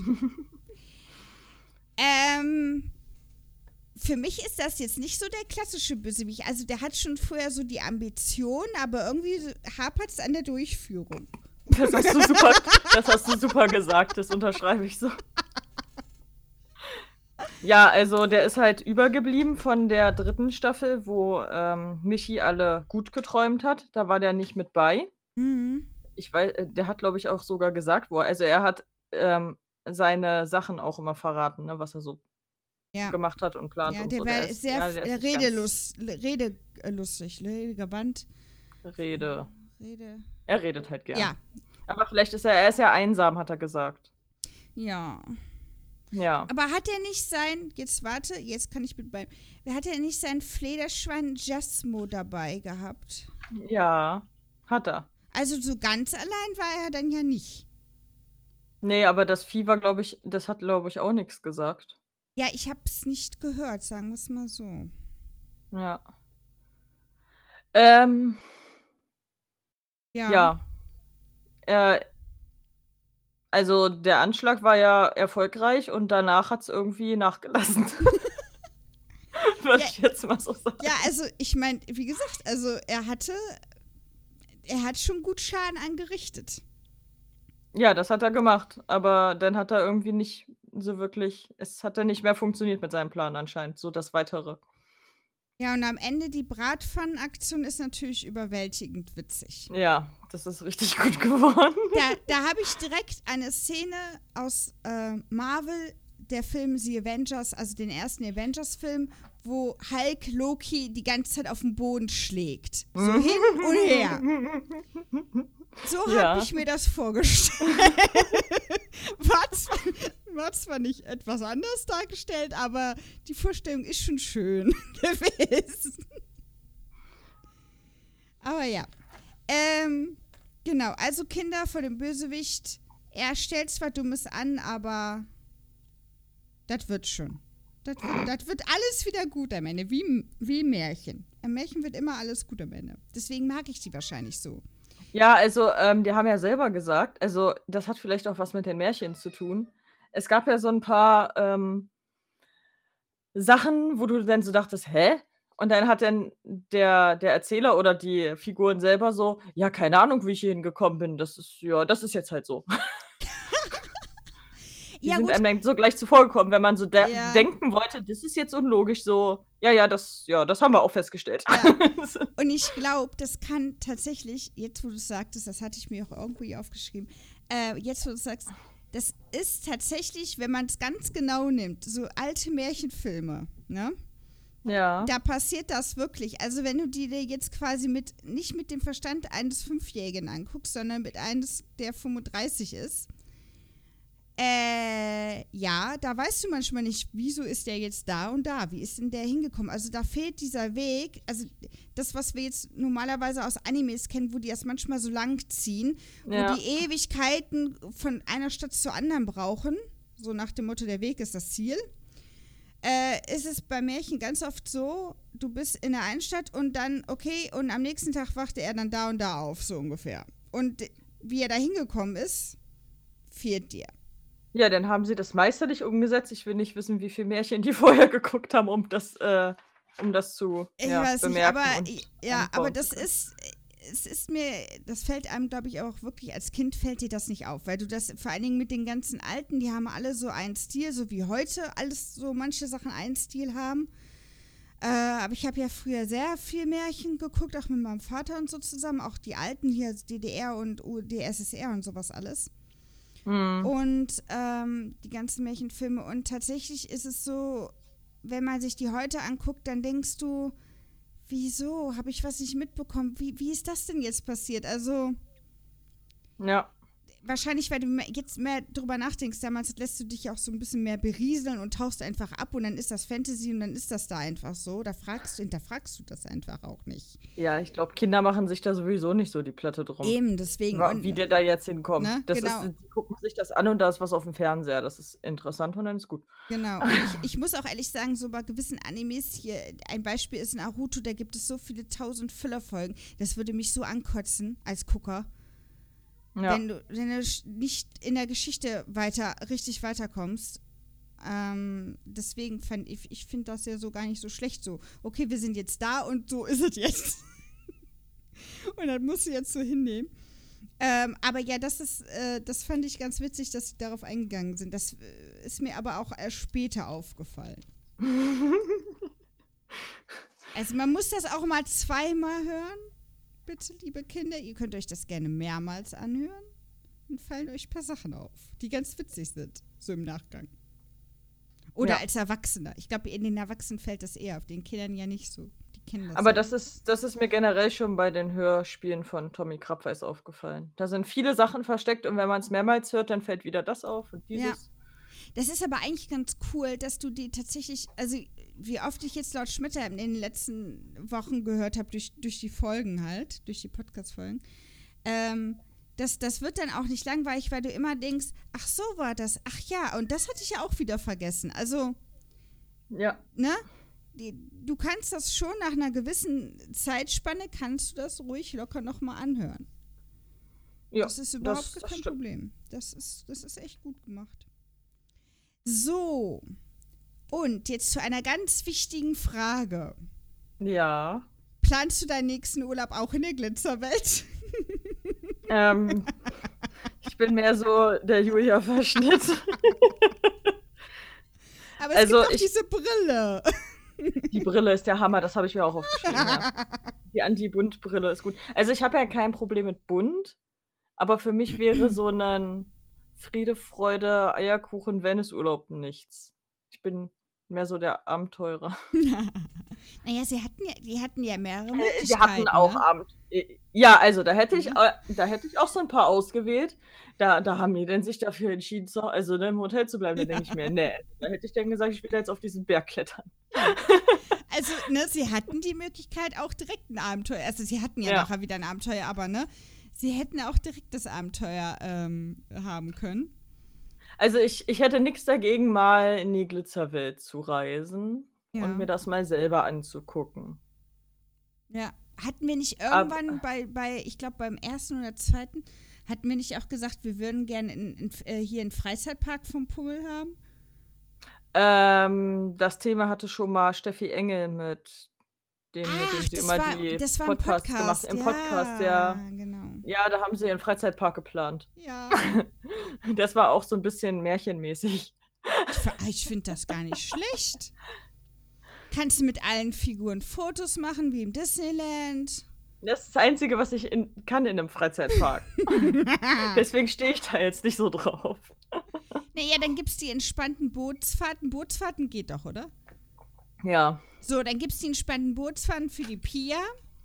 Für mich ist das jetzt nicht so der klassische Bösewicht. Also der hat schon vorher so die Ambition, aber irgendwie hapert es an der Durchführung. Das hast du super gesagt, das unterschreibe ich so. Ja, also der ist halt übergeblieben von der 3. Staffel, wo Michi alle gut geträumt hat. Da war der nicht mit bei. Mhm. Ich weiß, der hat, glaube ich, auch sogar gesagt, er hat seine Sachen auch immer verraten, ne, was er so Ja. gemacht hat und plant Ja, und der so. war ist- sehr ja, der ist nicht ganz redelustig, redegewandt. Rede. Rede. Er redet halt gern. Ja, Aber vielleicht er ist ja einsam, hat er gesagt. ja. Ja. Aber hat er nicht jetzt kann ich mit beim, hat er nicht sein Flederschwein Jasmo dabei gehabt? Ja, hat er. Also so ganz allein war er dann ja nicht. Nee, aber das Vieh war, glaube ich, das hat, glaube ich, auch nichts gesagt. Ja, ich hab's nicht gehört, sagen wir es mal so. Ja. Ähm, Ja. ja. Äh, also der Anschlag war ja erfolgreich und danach hat es irgendwie nachgelassen. Würde Ja. ich jetzt mal so sagen. Ja, also ich meine, wie gesagt, also er hat schon gut Schaden angerichtet. Ja, das hat er gemacht, aber dann hat er irgendwie nicht so wirklich, es hat dann nicht mehr funktioniert mit seinem Plan anscheinend, so das Weitere. Ja, und am Ende die Bratpfannenaktion ist natürlich überwältigend witzig. Ja, das ist richtig gut geworden. Da habe ich direkt eine Szene aus Marvel, der Film The Avengers, also den ersten Avengers-Film, wo Hulk Loki die ganze Zeit auf den Boden schlägt. So hin und her. So Ja. habe ich mir das vorgestellt. War zwar nicht etwas anders dargestellt, aber die Vorstellung ist schon schön gewesen. Aber ja. Genau, also Kinder vor dem Bösewicht. Er stellt zwar Dummes an, aber das wird schon. Das wird alles wieder gut am Ende, wie ein Märchen. Ein Märchen wird immer alles gut am Ende. Deswegen mag ich die wahrscheinlich so. Ja, also, die haben ja selber gesagt, also das hat vielleicht auch was mit den Märchen zu tun. Es gab ja so ein paar Sachen, wo du dann so dachtest: „Hä?“ Und dann hat dann der Erzähler oder die Figuren selber so: „Ja, keine Ahnung, wie ich hier hingekommen bin. Das ist jetzt halt so.“ Die Ja, sind gut. einem dann so gleich zuvorgekommen, wenn man so Ja. denken wollte, das ist jetzt unlogisch, so: „Ja, das haben wir auch festgestellt.“ Ja. Und ich glaube, das kann tatsächlich, jetzt wo du es sagtest, das hatte ich mir auch irgendwie aufgeschrieben, jetzt wo du sagst, das ist tatsächlich, wenn man es ganz genau nimmt, so alte Märchenfilme, ne? Ja. Da passiert das wirklich. Also wenn du die dir jetzt quasi nicht mit dem Verstand eines Fünfjährigen anguckst, sondern mit eines, der 35 ist, ja, da weißt du manchmal nicht, wieso ist der jetzt da und da? Wie ist denn der hingekommen? Also da fehlt dieser Weg, also das, was wir jetzt normalerweise aus Animes kennen, wo die das manchmal so lang ziehen, Ja. wo die Ewigkeiten von einer Stadt zur anderen brauchen, so nach dem Motto, der Weg ist das Ziel, ist es bei Märchen ganz oft so, du bist in der einen Stadt und dann, okay, und am nächsten Tag wachte er dann da und da auf, so ungefähr. Und wie er da hingekommen ist, fehlt dir. Ja, dann haben sie das meisterlich umgesetzt. Ich will nicht wissen, wie viel Märchen die vorher geguckt haben, um das zu Ich weiß nicht, bemerken aber und ja, aber bauen das zu können. es ist mir, das fällt einem, glaube ich, auch wirklich, als Kind fällt dir das nicht auf, weil du das, vor allen Dingen mit den ganzen Alten, die haben alle so einen Stil, so wie heute alles so manche Sachen einen Stil haben. Aber ich habe ja früher sehr viel Märchen geguckt, auch mit meinem Vater und so zusammen, auch die Alten hier, DDR und UdSSR und sowas alles. Mhm. Und die ganzen Märchenfilme. Und tatsächlich ist es so, wenn man sich die heute anguckt, dann denkst du, wieso? Habe ich was nicht mitbekommen? Wie ist das denn jetzt passiert? Also Ja. wahrscheinlich, weil du jetzt mehr drüber nachdenkst, damals lässt du dich auch so ein bisschen mehr berieseln und tauchst einfach ab und dann ist das Fantasy und dann ist das da einfach so. Hinterfragst du das einfach auch nicht. Ja, ich glaube, Kinder machen sich da sowieso nicht so die Platte drum. Eben, deswegen. Wie der da jetzt hinkommt. Ne, Das genau. die gucken sich das an und da ist was auf dem Fernseher. Das ist interessant und dann ist gut. Genau. Und ich muss auch ehrlich sagen, so bei gewissen Animes hier, ein Beispiel ist Naruto, da gibt es so viele 1000 Füllerfolgen. Das würde mich so ankotzen als Gucker. Ja. Wenn du nicht in der Geschichte richtig weiterkommst. Deswegen ich finde das ja so gar nicht so schlecht so. Okay, wir sind jetzt da und so ist es jetzt. Und das musst du jetzt so hinnehmen. Aber ja, das fand ich ganz witzig, dass sie darauf eingegangen sind. Das ist mir aber auch erst später aufgefallen. Also man muss das auch mal zweimal hören. Bitte, liebe Kinder, ihr könnt euch das gerne mehrmals anhören. Und fallen euch ein paar Sachen auf, die ganz witzig sind, so im Nachgang. Oder Ja. als Erwachsener. Ich glaube, in den Erwachsenen fällt das eher auf, den Kindern ja nicht so. Die kennen das Aber ja. das ist mir generell schon bei den Hörspielen von Tommy Krabweis aufgefallen. Da sind viele Sachen versteckt und wenn man es mehrmals hört, dann fällt wieder das auf und Ja. dieses. Das ist aber eigentlich ganz cool, dass du die tatsächlich, also wie oft ich jetzt Lord Schmitter in den letzten Wochen gehört habe, durch die Folgen halt, durch die Podcast-Folgen, das wird dann auch nicht langweilig, weil du immer denkst, ach so war das, ach ja, und das hatte ich ja auch wieder vergessen. Also, Ja. ne? Du kannst das schon nach einer gewissen Zeitspanne, kannst du das ruhig locker nochmal anhören. Ja, Das ist überhaupt das kein stimmt. Problem. Das ist echt gut gemacht. So, und jetzt zu einer ganz wichtigen Frage. Ja. Planst du deinen nächsten Urlaub auch in der Glitzerwelt? Ich bin mehr so der Julia-Verschnitt. Aber es Also gibt doch diese Brille. Die Brille ist der Hammer, das habe ich mir auch aufgeschrieben, ja. Die Anti-Bunt-Brille ist gut. Also ich habe ja kein Problem mit bunt, aber für mich wäre so ein Friede, Freude, Eierkuchen, Venice-Urlaub nichts. Ich bin mehr so der Abenteurer. Naja, die hatten ja mehrere Wir Möglichkeiten. hatten auch ne? Abend. Ja, also da hätte ich auch so ein paar ausgewählt. Da haben die denn sich dafür entschieden, also im Hotel zu bleiben. Da denke ich mir, nee, da hätte ich dann gesagt, ich will jetzt auf diesen Berg klettern. Also, ne, sie hatten die Möglichkeit auch direkt ein Abenteuer. Also, sie hatten ja nachher wieder ein Abenteuer, aber ne, sie hätten auch direkt das Abenteuer haben können. Also ich hätte nichts dagegen, mal in die Glitzerwelt zu reisen und mir das mal selber anzugucken. Ja. Hatten wir nicht irgendwann ich glaube beim ersten oder zweiten, hatten wir nicht auch gesagt, wir würden gerne hier einen Freizeitpark vom Pummel haben? Das Thema hatte schon mal Steffi Engel mit dem sie immer die das war ein Podcasts Podcast. gemacht. Im Podcast, ja. Genau. Ja, da haben sie ihren Freizeitpark geplant. Ja. Das war auch so ein bisschen märchenmäßig. Ich finde das gar nicht schlecht. Kannst du mit allen Figuren Fotos machen, wie im Disneyland? Das ist das Einzige, was ich kann in einem Freizeitpark. Deswegen stehe ich da jetzt nicht so drauf. Naja, dann gibt es die entspannten Bootsfahrten. Bootsfahrten geht doch, oder? Ja. So, dann gibt es die entspannten Bootsfahrten für die Pia.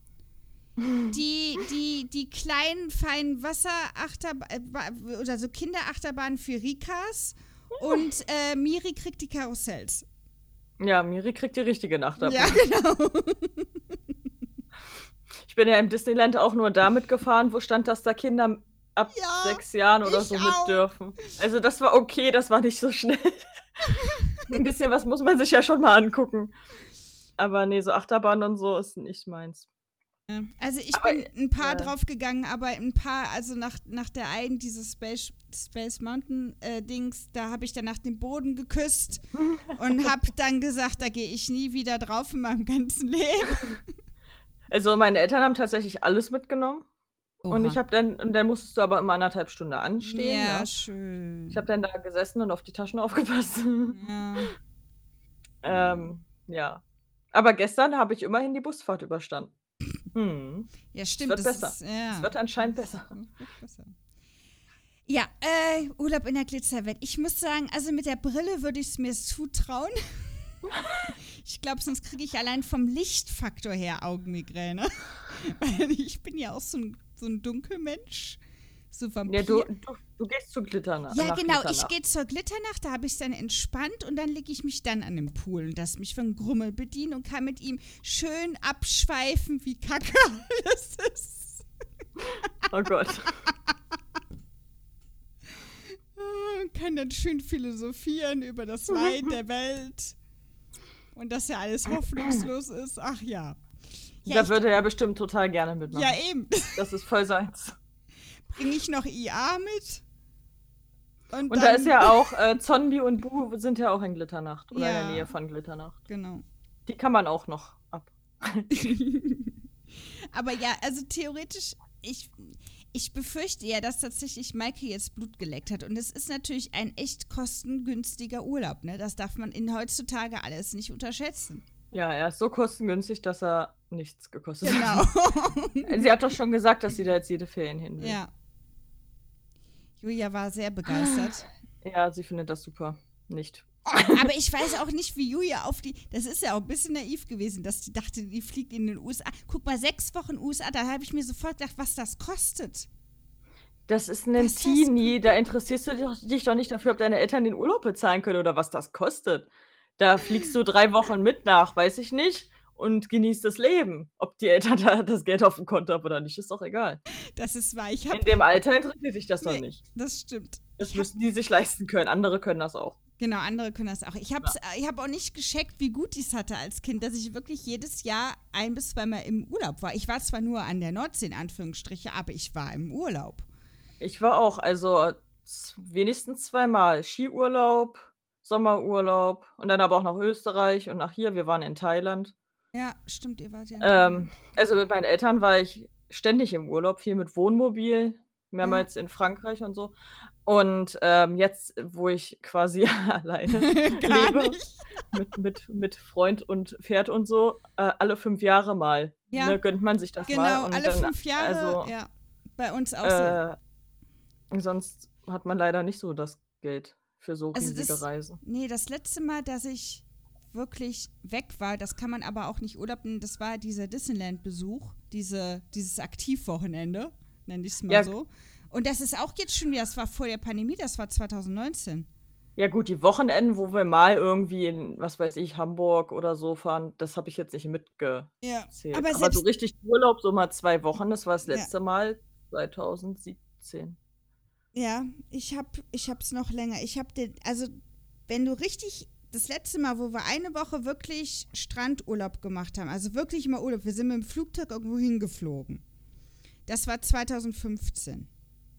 Die kleinen, feinen Wasserachterbahnen oder so Kinderachterbahnen für Rikas. Und Miri kriegt die Karussells. Ja, Miri kriegt die richtige Achterbahn. Ja, genau. Ich bin ja im Disneyland auch nur damit gefahren, wo stand, dass da Kinder ab 6 Jahren oder so mit dürfen. Also das war okay, das war nicht so schnell. Ein bisschen was muss man sich ja schon mal angucken. Aber nee, so Achterbahn und so ist nicht meins. Also ich bin ein paar draufgegangen, aber ein paar, also nach der einen, dieses Space Mountain Dings, da habe ich dann nach dem Boden geküsst und habe dann gesagt, da gehe ich nie wieder drauf in meinem ganzen Leben. Also meine Eltern haben tatsächlich alles mitgenommen. Oha. Und dann musstest du aber immer 1,5 Stunden anstehen. Ja, ne? schön. Ich habe dann da gesessen und auf die Taschen aufgepasst. Ja. Aber gestern habe ich immerhin die Busfahrt überstanden. Ja, stimmt. Es wird besser. Es wird anscheinend besser. Ja, Urlaub in der Glitzerwelt. Ich muss sagen, also mit der Brille würde ich es mir zutrauen. Ich glaube, sonst kriege ich allein vom Lichtfaktor her Augenmigräne. Weil ich bin ja auch so ein Dunkelmensch. So Vampir. Ja, du gehst zur Glitternacht. Ja, genau. Ich gehe zur Glitternacht, da habe ich es dann entspannt und dann lege ich mich dann an den Pool und lasse mich von Grummel bedienen und kann mit ihm schön abschweifen, wie kacke alles ist. Oh Gott. Und kann dann schön philosophieren über das Leid der Welt und dass ja alles hoffnungslos ist. Ach ja. Da würde er bestimmt total gerne mitmachen. Ja, eben. Das ist voll seins. Bringe ich noch IA mit? Und da ist ja auch, Zombie und Bu sind ja auch in Glitternacht. Oder in der Nähe von Glitternacht. Genau. Die kann man auch noch ab. Aber ja, also theoretisch, ich befürchte ja, dass tatsächlich Maike jetzt Blut geleckt hat. Und es ist natürlich ein echt kostengünstiger Urlaub, ne? Das darf man heutzutage alles nicht unterschätzen. Ja, er ist so kostengünstig, dass er nichts gekostet hat. Genau. Sie hat doch schon gesagt, dass sie da jetzt jede Ferien hin will. Ja. Julia war sehr begeistert. Ja, sie findet das super. Nicht. Aber ich weiß auch nicht, wie Julia das ist ja auch ein bisschen naiv gewesen, dass die dachte, die fliegt in den USA. Guck mal, 6 Wochen USA, da habe ich mir sofort gedacht, was das kostet. Das ist ein Teenie, da interessierst du dich doch nicht dafür, ob deine Eltern den Urlaub bezahlen können oder was das kostet. Da fliegst du 3 Wochen mit nach, weiß ich nicht, und genießt das Leben. Ob die Eltern da das Geld auf dem Konto haben oder nicht, ist doch egal. Das ist wahr. In dem Alter interessiert dich das doch nicht. Das stimmt. Das müssen die sich leisten können. Andere können das auch. Genau, andere können das auch. Ich habe auch nicht gescheckt, wie gut ich es hatte als Kind, dass ich wirklich jedes Jahr 1 bis 2 Mal im Urlaub war. Ich war zwar nur an der Nordsee, in Anführungsstriche, aber ich war im Urlaub. Ich war auch, also wenigstens 2 Mal. Skiurlaub, Sommerurlaub und dann aber auch nach Österreich und nach hier. Wir waren in Thailand. Ja, stimmt, ihr wart ja. Also mit meinen Eltern war ich ständig im Urlaub, viel mit Wohnmobil, mehrmals in Frankreich und so. Und jetzt, wo ich quasi alleine lebe, mit Freund und Pferd und so, alle 5 Jahre mal, ne, gönnt man sich das mal. Genau, Und alle dann, 5 Jahre, also, ja, bei uns auch so. Sonst hat man leider nicht so das Geld für so riesige Reisen. Nee, das letzte Mal, dass ich wirklich weg war, das kann man aber auch nicht Urlaub nennen, das war dieser Disneyland-Besuch, dieses Aktivwochenende, nenne ich es mal so. Und das ist auch jetzt schon wieder, das war vor der Pandemie, das war 2019. Ja gut, die Wochenenden, wo wir mal irgendwie in, was weiß ich, Hamburg oder so fahren, das habe ich jetzt nicht mitgezählt. Ja, aber so richtig Urlaub, so mal 2 Wochen, das war das letzte Mal 2017. Ja, ich hab's noch länger. Also wenn du richtig, das letzte Mal, wo wir eine Woche wirklich Strandurlaub gemacht haben, also wirklich mal Urlaub, wir sind mit dem Flugzeug irgendwo hingeflogen. Das war 2015.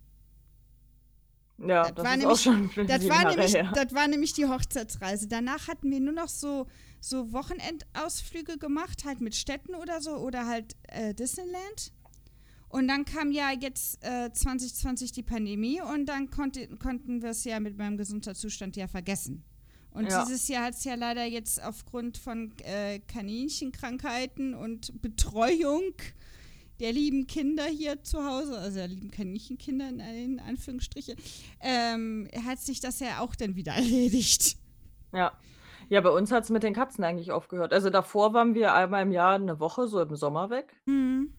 Ja, das ist auch schon das war nämlich die Hochzeitsreise. Danach hatten wir nur noch so Wochenendausflüge gemacht, halt mit Städten oder so, oder halt Disneyland. Und dann kam ja jetzt 2020 die Pandemie und dann konnten wir es ja mit meinem Gesundheitszustand ja vergessen. Und dieses Jahr hat es ja leider jetzt aufgrund von Kaninchenkrankheiten und Betreuung der lieben Kinder hier zu Hause, also der lieben Kaninchenkinder in Anführungsstriche, hat sich das ja auch dann wieder erledigt. Ja, bei uns hat es mit den Katzen eigentlich aufgehört. Also davor waren wir einmal im Jahr eine Woche so im Sommer weg. Mhm.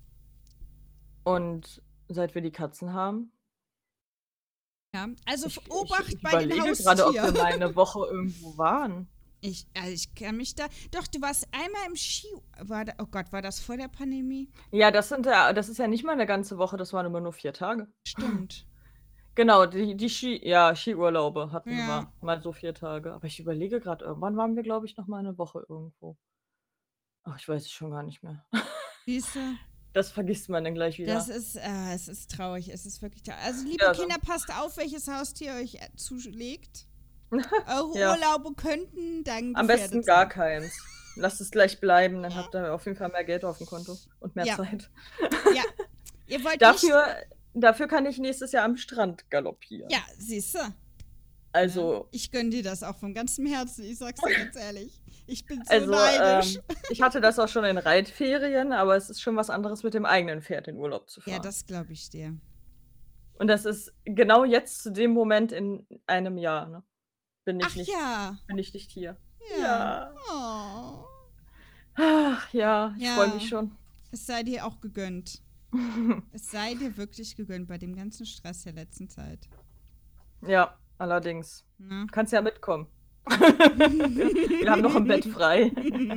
Und seit wir die Katzen haben. Ja, also Obacht ich bei den Haustieren. Ich überlege gerade, ob wir mal eine Woche irgendwo waren. Ich kann mich da. Doch, du warst einmal im war das vor der Pandemie? Ja, das ist ja nicht mal eine ganze Woche, das waren immer nur 4 Tage. Stimmt. Genau, die Skiurlaube hatten wir mal so 4 Tage. Aber ich überlege gerade, irgendwann waren wir, glaube ich, noch mal eine Woche irgendwo. Ach, ich weiß es schon gar nicht mehr. Siehst du? Das vergisst man dann gleich wieder. Es ist traurig, es ist wirklich traurig. Also, liebe Kinder, passt auf, welches Haustier euch zulegt. Eure Urlaube könnten dann am besten gar keins. Lasst es gleich bleiben, dann habt ihr auf jeden Fall mehr Geld auf dem Konto und mehr Zeit. Ja, ihr wollt dafür kann ich nächstes Jahr am Strand galoppieren. Ja, siehst du. Also. Ich gönne dir das auch von ganzem Herzen, ich sag's dir ganz ehrlich. Ich bin so neidisch. Ich hatte das auch schon in Reitferien, aber es ist schon was anderes, mit dem eigenen Pferd in Urlaub zu fahren. Ja, das glaube ich dir. Und das ist genau jetzt zu dem Moment in einem Jahr, ne? Bin ich nicht hier. Ja. Oh. Ach ja, ich freue mich schon. Es sei dir auch gegönnt. Es sei dir wirklich gegönnt bei dem ganzen Stress der letzten Zeit. Ja, allerdings. Na? Kannst ja mitkommen. Wir haben noch ein Bett frei.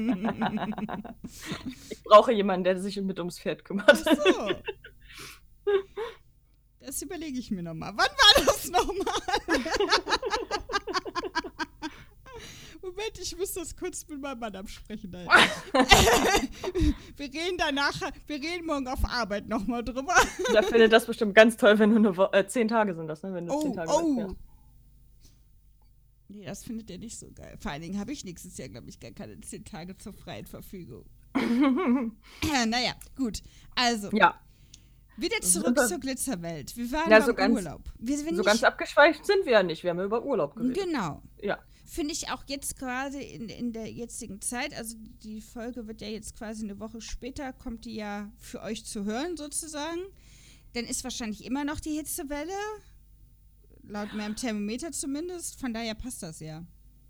Ich brauche jemanden, der sich mit ums Pferd kümmert. Ach so. Das überlege ich mir nochmal. Wann war das nochmal? Moment, ich muss das kurz mit meinem Mann absprechen. Wir reden morgen auf Arbeit nochmal drüber. Der findet das bestimmt ganz toll, wenn du 10 Tage sind das, ne? Wenn du 10 Tage wegfährst. Nee, das findet er nicht so geil. Vor allen Dingen habe ich nächstes Jahr, glaube ich, gar keine 10 Tage zur freien Verfügung. Naja, gut. Also. Ja. Wieder zurück zur Glitzerwelt. Wir waren beim Urlaub. Ganz abgeschweift sind wir ja nicht. Wir haben ja über Urlaub geredet. Genau. Ja. Finde ich auch jetzt gerade in der jetzigen Zeit, also die Folge wird ja jetzt quasi eine Woche später, kommt die ja für euch zu hören sozusagen. Dann ist wahrscheinlich immer noch die Hitzewelle, laut meinem Thermometer zumindest. Von daher passt das ja.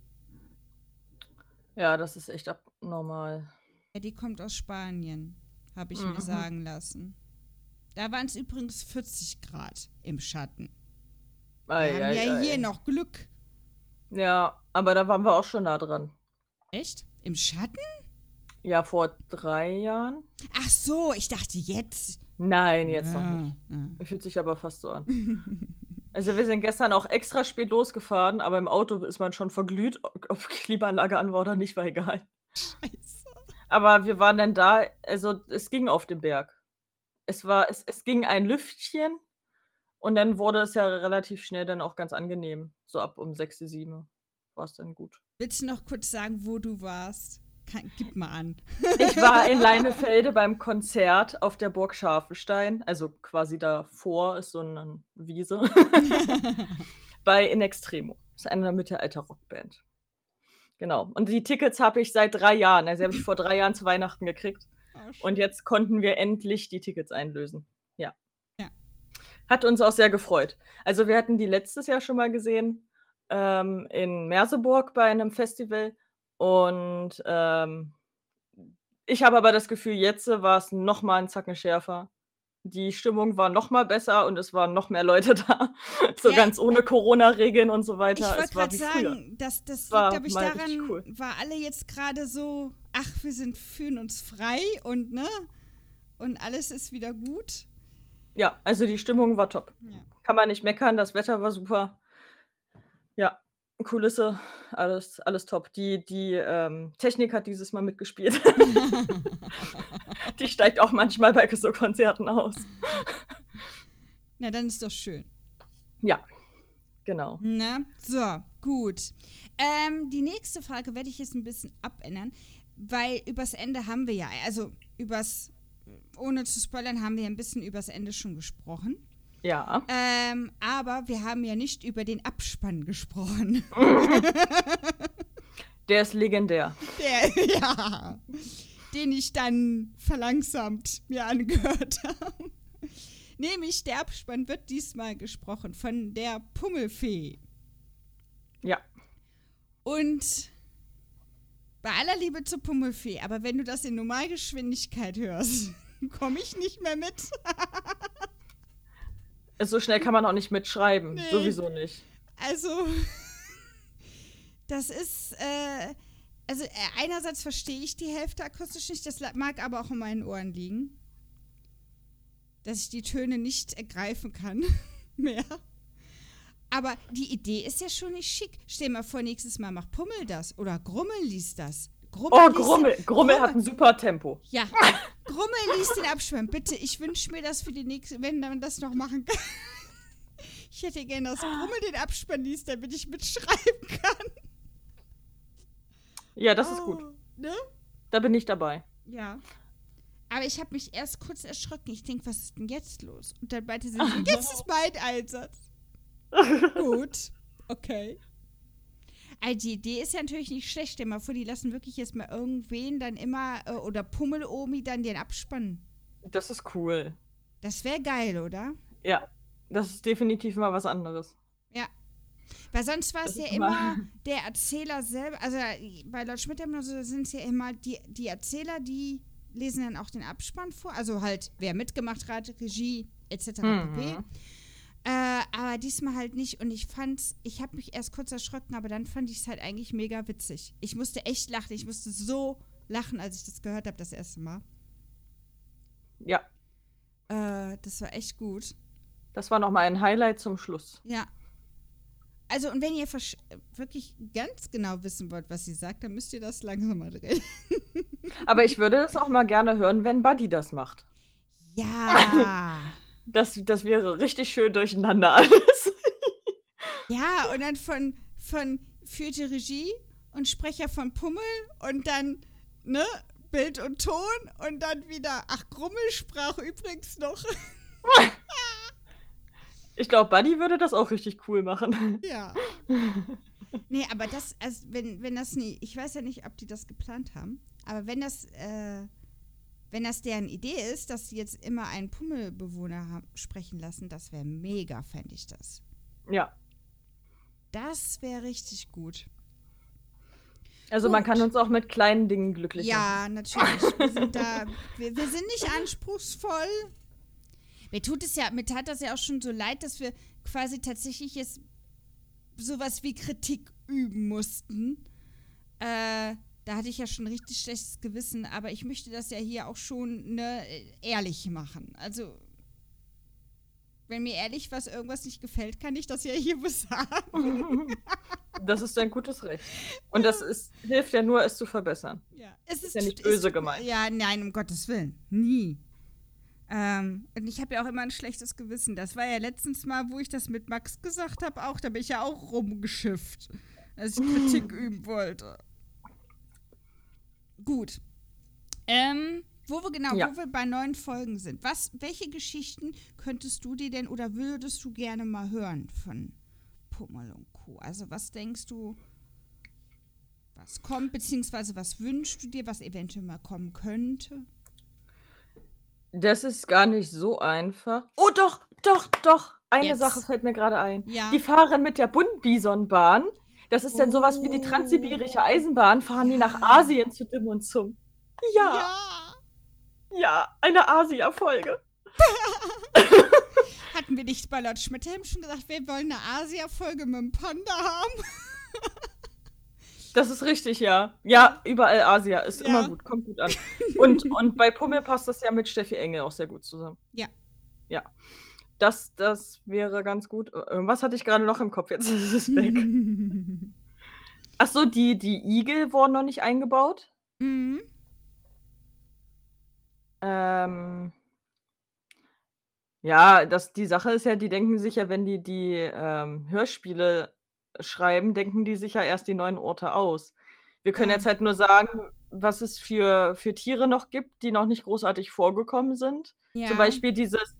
Ja, das ist echt abnormal. Ja, die kommt aus Spanien, habe ich mir Mhm. sagen lassen. Da waren es übrigens 40 Grad im Schatten. Wir Ei, haben ja ei, hier ei. noch Glück. Ja, aber da waren wir auch schon nah dran. Echt? Im Schatten? Ja, vor 3 Jahren? Ach so, ich dachte jetzt. Nein, jetzt noch Ja, nicht. ja. Fühlt sich aber fast so an. Also wir sind gestern auch extra spät losgefahren, aber im Auto ist man schon verglüht. Ob Klimaanlage an war oder nicht, war egal. Scheiße. Aber wir waren dann da, also es ging auf dem Berg. Es ging ein Lüftchen und dann wurde es ja relativ schnell dann auch ganz angenehm. So ab um 6, 7 war es dann gut. Willst du noch kurz sagen, wo du warst? Gib mal an. Ich war in Leinefelde beim Konzert auf der Burg Scharfenstein, also quasi davor ist so 'ne Wiese, bei In Extremo. Das ist eine Mittelalter-Rockband. Genau. Und die Tickets habe ich seit 3 Jahren. Also, die habe ich vor 3 Jahren zu Weihnachten gekriegt. Oh, Und schön. jetzt konnten wir endlich die Tickets einlösen. Ja. Ja. Hat uns auch sehr gefreut. Also, wir hatten die letztes Jahr schon mal gesehen, in Merseburg bei 'nem Festival und, ich habe aber das Gefühl, jetzt war's noch mal 'n Zacken schärfer. Die Stimmung war noch mal besser und es waren noch mehr Leute da, so Ja, ganz ohne Corona-Regeln und so ich weiter. wollte Es war gerade wie früher. sagen, das Es liegt, war glaube ich, mal richtig daran, cool. weil alle jetzt gerade so, ach, fühlen uns frei und ne? Und alles ist wieder gut. Ja, also die Stimmung war top. Ja. Kann man nicht meckern, das Wetter war super. Ja, Kulisse, alles top. Die Technik hat dieses Mal mitgespielt. Die steigt auch manchmal bei so Konzerten aus. Na, dann ist doch schön. Ja, genau. Na, so, gut. Die nächste Frage werde ich jetzt ein bisschen abändern, weil übers Ende haben wir ja, also ohne zu spoilern, haben wir ja ein bisschen übers Ende schon gesprochen. Ja. Aber wir haben ja nicht über den Abspann gesprochen. Der ist legendär. Ja, den ich dann verlangsamt mir angehört habe. Nämlich der Abspann wird diesmal gesprochen von der Pummelfee. Ja. Und bei aller Liebe zur Pummelfee, aber wenn du das in Normalgeschwindigkeit hörst, komme ich nicht mehr mit. So schnell kann man auch nicht mitschreiben. Nee. Sowieso nicht. Also, das ist, einerseits verstehe ich die Hälfte akustisch nicht, das mag aber auch in meinen Ohren liegen, dass ich die Töne nicht ergreifen kann mehr. Aber die Idee ist ja schon nicht schick. Stell dir mal vor, nächstes Mal macht Pummel das oder Grummel liest das. Grummel hat ein super Tempo. Ja, Grummel liest den Abspann. Bitte, ich wünsche mir das für die nächste, wenn man das noch machen kann. Ich hätte gerne, dass Grummel den Abspann liest, damit ich mitschreiben kann. Ja, das ist gut. Ne? Da bin ich dabei. Ja. Aber ich habe mich erst kurz erschrocken. Ich denke, was ist denn jetzt los? Und dann meinte sie, jetzt ist mein Einsatz. Gut, okay. Also die Idee ist ja natürlich nicht schlecht. Stell dir mal vor, die lassen wirklich jetzt mal irgendwen dann immer, oder Pummel-Omi dann den Abspann. Das ist cool. Das wäre geil, oder? Ja, das ist definitiv mal was anderes. Ja. Weil sonst war es Das ja ist immer der Erzähler selber, also bei Lord Schmidt sind es ja immer die Erzähler, die lesen dann auch den Abspann vor, also halt, wer mitgemacht hat, Regie, etc. pp. Aber diesmal halt nicht und ich habe mich erst kurz erschrocken, aber dann fand ich es halt eigentlich mega witzig. Ich musste echt lachen, ich musste so lachen, als ich das gehört habe das erste Mal. Ja. Das war echt gut. Das war nochmal ein Highlight zum Schluss. Ja. Also, und wenn ihr wirklich ganz genau wissen wollt, was sie sagt, dann müsst ihr das langsamer drehen. Aber ich würde es auch mal gerne hören, wenn Buddy das macht. Ja. Das wäre richtig schön durcheinander alles. Ja, und dann führte Regie und Sprecher von Pummel und dann, ne, Bild und Ton und dann wieder, ach, Grummel sprach übrigens noch. Ich glaube, Buddy würde das auch richtig cool machen. Ja. Nee, aber das, also wenn das nie, ich weiß ja nicht, ob die das geplant haben, aber wenn das deren Idee ist, dass sie jetzt immer einen Pummelbewohner sprechen lassen, das wäre mega, fände ich das. Ja. Das wäre richtig gut. Also man kann Gut. uns auch mit kleinen Dingen glücklich machen. Ja, natürlich. Wir sind nicht anspruchsvoll. Mir tat das ja auch schon so leid, dass wir quasi tatsächlich jetzt sowas wie Kritik üben mussten. Da hatte ich ja schon richtig schlechtes Gewissen, aber ich möchte das ja hier auch schon ehrlich machen. Also, wenn mir ehrlich irgendwas nicht gefällt, kann ich das ja hier sagen. Das ist ein gutes Recht. Und hilft ja nur, es zu verbessern. Ja. Ist ja nicht böse gemeint. Ja, nein, um Gottes Willen. Nie. Und ich habe ja auch immer ein schlechtes Gewissen. Das war ja letztens mal, wo ich das mit Max gesagt habe, auch. Da bin ich ja auch rumgeschifft, als ich Kritik üben wollte. Gut. Wo wir bei 9 Folgen sind. Welche Geschichten könntest du dir denn oder würdest du gerne mal hören von Pummel und Co.? Also was denkst du, was kommt, beziehungsweise was wünschst du dir, was eventuell mal kommen könnte? Das ist gar nicht so einfach. Oh, doch. Eine Jetzt. Sache fällt mir gerade ein. Ja. Die fahren mit der Buntbisonbahn. Das ist dann sowas wie die transsibirische Eisenbahn. Fahren die nach Asien zu Dim und Zum. Ja, eine Asia-Folge. Hatten wir nicht bei Lord Schmidtheim schon gesagt, wir wollen eine Asia-Folge mit dem Panda haben? Das ist richtig, ja. Ja, überall Asia. Ist immer gut, kommt gut an. Und bei Pummel passt das ja mit Steffi Engel auch sehr gut zusammen. Ja. Ja. Das wäre ganz gut. Was hatte ich gerade noch im Kopf? Jetzt ist es weg. Achso, die Igel wurden noch nicht eingebaut. Mhm. Ja, die Sache ist ja, die denken sich ja, wenn die Hörspiele schreiben, denken die sich ja erst die neuen Orte aus. Wir können jetzt halt nur sagen, was es für Tiere noch gibt, die noch nicht großartig vorgekommen sind. Ja. Zum Beispiel dieses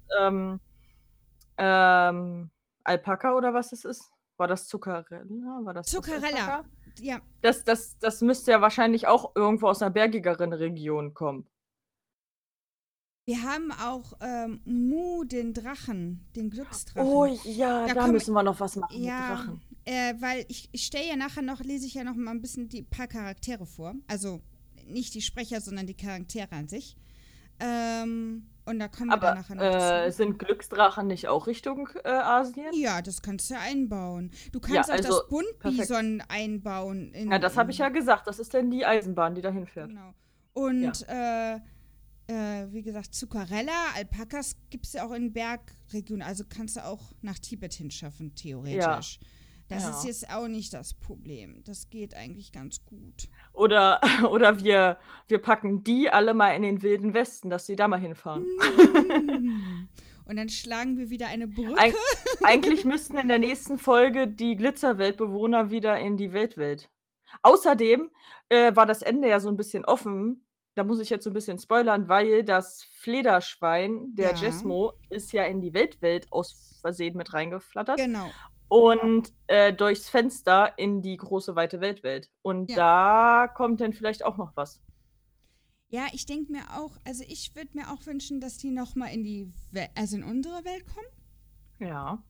Alpaka oder was es ist. War das Zuccarella? Zuccarella, ja. Das müsste ja wahrscheinlich auch irgendwo aus einer bergigeren Region kommen. Wir haben auch Mu, den Drachen, den Glücksdrachen. Oh ja, da müssen wir noch was machen mit Drachen. Weil ich stelle ja nachher lese ich ja noch mal ein bisschen die paar Charaktere vor. Also nicht die Sprecher, sondern die Charaktere an sich. Und da kommen wir dann nachher noch dazu. Sind Glücksdrachen nicht auch Richtung Asien? Ja, das kannst du einbauen. Du kannst auch das Buntbison einbauen. Ja, das habe ich ja gesagt. Das ist dann die Eisenbahn, die dahin fährt. Genau. Und wie gesagt, Zuccarella, Alpakas gibt es ja auch in Bergregionen. Also kannst du auch nach Tibet hinschaffen, theoretisch. Ja. Das ist jetzt auch nicht das Problem. Das geht eigentlich ganz gut. Oder wir packen die alle mal in den Wilden Westen, dass sie da mal hinfahren. Und dann schlagen wir wieder eine Brücke. Eigentlich müssten in der nächsten Folge die Glitzerweltbewohner wieder in die Weltwelt. Außerdem war das Ende ja so ein bisschen offen. Da muss ich jetzt so ein bisschen spoilern, weil das Flederschwein, der Jesmo, ist ja in die Weltwelt aus Versehen mit reingeflattert. Genau. Und durchs Fenster in die große, weite Weltwelt. Und da kommt dann vielleicht auch noch was. Ja, ich denke mir auch, also ich würde mir auch wünschen, dass die nochmal in unsere Welt kommen. Ja.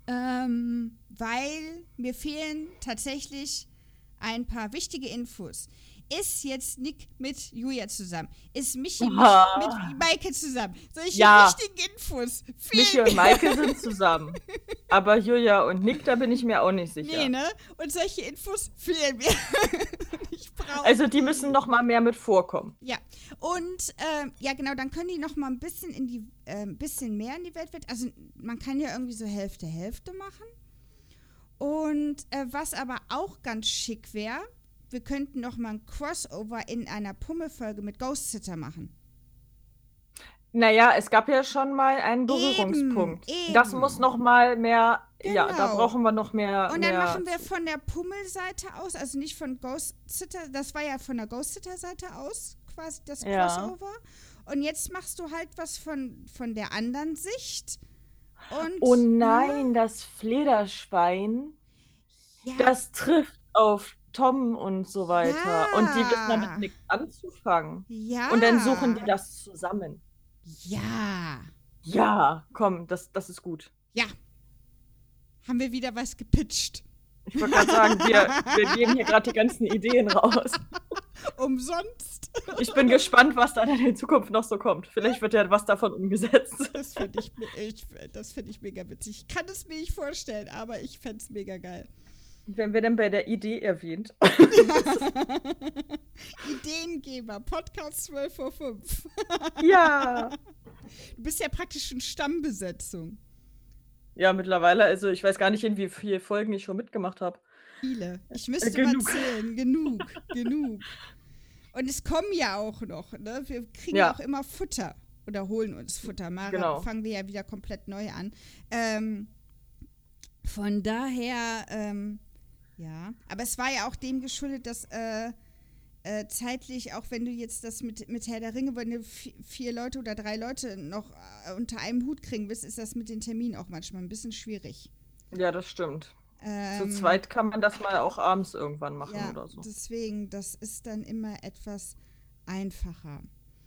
Weil mir fehlen tatsächlich ein paar wichtige Infos. Ist jetzt Nick mit Julia zusammen? Ist Michi mit Maike zusammen? Solche wichtigen Infos fehlen Michi und Maike sind zusammen. Aber Julia und Nick, da bin ich mir auch nicht sicher. Nee, ne? Und solche Infos fehlen mir. Also die müssen noch mal mehr mit vorkommen. Ja. Und genau, dann können die noch mal ein bisschen bisschen mehr in die Welt. Also man kann ja irgendwie so Hälfte machen. Und was aber auch ganz schick wäre, wir könnten noch mal ein Crossover in einer Pummelfolge mit Ghost Sitter machen. Naja, es gab ja schon mal einen Berührungspunkt. Eben. Das muss noch mal mehr, genau. Da brauchen wir noch mehr. Und dann machen wir von der Pummelseite aus, also nicht von Ghost Sitter, das war ja von der Ghost Sitter Seite aus quasi das Crossover. Und jetzt machst du halt was von der anderen Sicht. Und, oh nein, das Flederschwein, das trifft auf Tom und so weiter. Ja. Und die wissen damit nichts anzufangen. Ja. Und dann suchen die das zusammen. Ja. Ja, komm, das ist gut. Ja. Haben wir wieder was gepitcht. Ich wollte gerade sagen, wir geben hier gerade die ganzen Ideen raus. Umsonst. Ich bin gespannt, was da in Zukunft noch so kommt. Vielleicht wird ja was davon umgesetzt. Das finde ich mega witzig. Ich kann es mir nicht vorstellen, aber ich fände es mega geil. Werden wir denn bei der Idee erwähnt? Ideengeber, Podcast 12 vor 5. Ja. Du bist ja praktisch schon Stammbesetzung. Ja, mittlerweile, also ich weiß gar nicht, in wie viele Folgen ich schon mitgemacht habe. Viele. Ich müsste mal Genug. zählen. Genug. Und es kommen ja auch noch, ne? Wir kriegen ja auch immer Futter oder holen uns Futter. Mara, fangen wir ja wieder komplett neu an. Von daher, ja. Aber es war ja auch dem geschuldet, dass zeitlich, auch wenn du jetzt das mit Herr der Ringe, wenn du 4 Leute oder 3 Leute noch unter einem Hut kriegen willst, ist das mit den Terminen auch manchmal ein bisschen schwierig. Ja, das stimmt. Zu zweit kann man das mal auch abends irgendwann machen oder so. Deswegen, das ist dann immer etwas einfacher.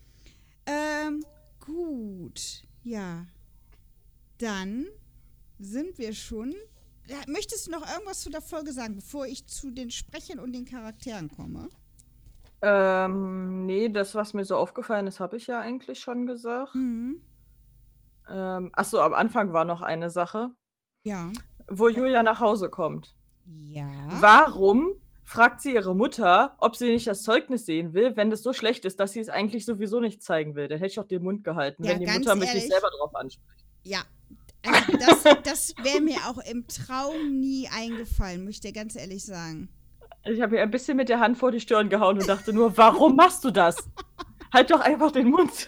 Gut, ja. Dann sind wir schon. Ja, möchtest du noch irgendwas zu der Folge sagen, bevor ich zu den Sprechern und den Charakteren komme? Nee, das, was mir so aufgefallen ist, habe ich ja eigentlich schon gesagt. Achso, am Anfang war noch eine Sache. Ja. Wo Julia nach Hause kommt. Ja. Warum fragt sie ihre Mutter, ob sie nicht das Zeugnis sehen will, wenn das so schlecht ist, dass sie es eigentlich sowieso nicht zeigen will? Dann hätte ich auch den Mund gehalten, wenn die Mutter mich nicht selber drauf anspricht. Ja, also das wäre mir auch im Traum nie eingefallen, muss ich dir ganz ehrlich sagen. Ich habe ihr ein bisschen mit der Hand vor die Stirn gehauen und dachte nur, warum machst du das? Halt doch einfach den Mund.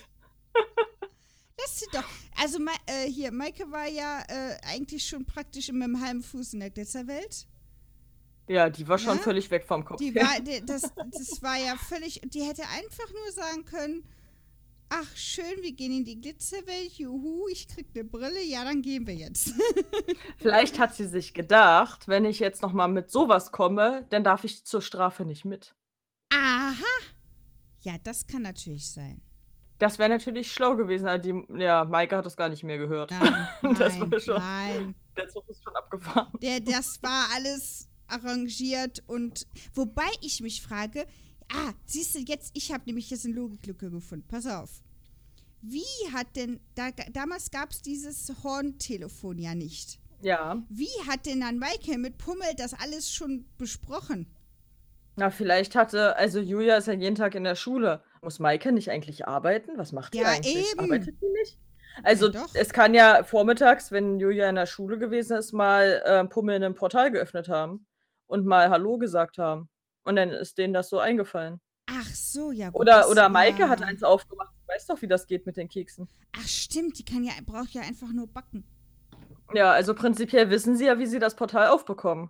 Lass sie doch. Also hier, Maike war ja eigentlich schon praktisch mit dem halben Fuß in der Glitzerwelt. Ja, die war schon völlig weg vom Kopf. Das war ja völlig, die hätte einfach nur sagen können, ach schön, wir gehen in die Glitzerwelt, juhu, ich krieg eine Brille, ja, dann gehen wir jetzt. Vielleicht hat sie sich gedacht, wenn ich jetzt noch mal mit sowas komme, dann darf ich zur Strafe nicht mit. Aha. Ja, das kann natürlich sein. Das wäre natürlich schlau gewesen, aber Maike hat das gar nicht mehr gehört. Nein, der Zug ist schon abgefahren. Das war alles arrangiert und wobei ich mich frage, siehst du jetzt, ich habe nämlich jetzt eine Logiklücke gefunden, pass auf. Wie hat denn, damals gab es dieses Horntelefon ja nicht. Ja. Wie hat denn dann Maike mit Pummel das alles schon besprochen? Na, vielleicht also Julia ist ja jeden Tag in der Schule. Muss Maike nicht eigentlich arbeiten? Was macht die eigentlich? Eben. Arbeitet die nicht? Also es kann ja vormittags, wenn Julia in der Schule gewesen ist, mal Pummel in einem Portal geöffnet haben und mal Hallo gesagt haben. Und dann ist denen das so eingefallen. Ach so, ja gut. Oder Maike hat eins aufgemacht. Du weißt doch, wie das geht mit den Keksen. Ach stimmt, die braucht ja einfach nur backen. Ja, also prinzipiell wissen sie ja, wie sie das Portal aufbekommen.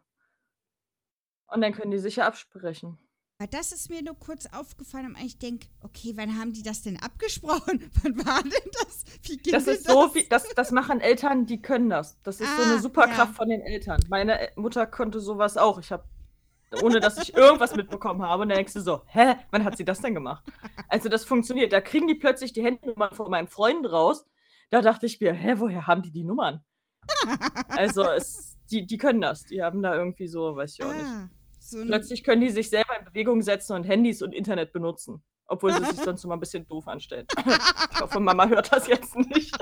Und dann können die sich ja absprechen. Das ist mir nur kurz aufgefallen, und ich denke, okay, wann haben die das denn abgesprochen? Wann war denn das? Wie geht das ist so, das machen Eltern, die können das. Das ist so eine Superkraft von den Eltern. Meine Mutter konnte sowas auch. Ohne dass ich irgendwas mitbekommen habe. Und dann denkst du so, hä, wann hat sie das denn gemacht? Also das funktioniert. Da kriegen die plötzlich die Handynummer von meinen Freunden raus. Da dachte ich mir, woher haben die Nummern? Also die können das. Die haben da irgendwie so, weiß ich auch nicht. Plötzlich können die sich selber in Bewegung setzen und Handys und Internet benutzen. Obwohl sie sich sonst immer ein bisschen doof anstellen. Ich hoffe, Mama hört das jetzt nicht.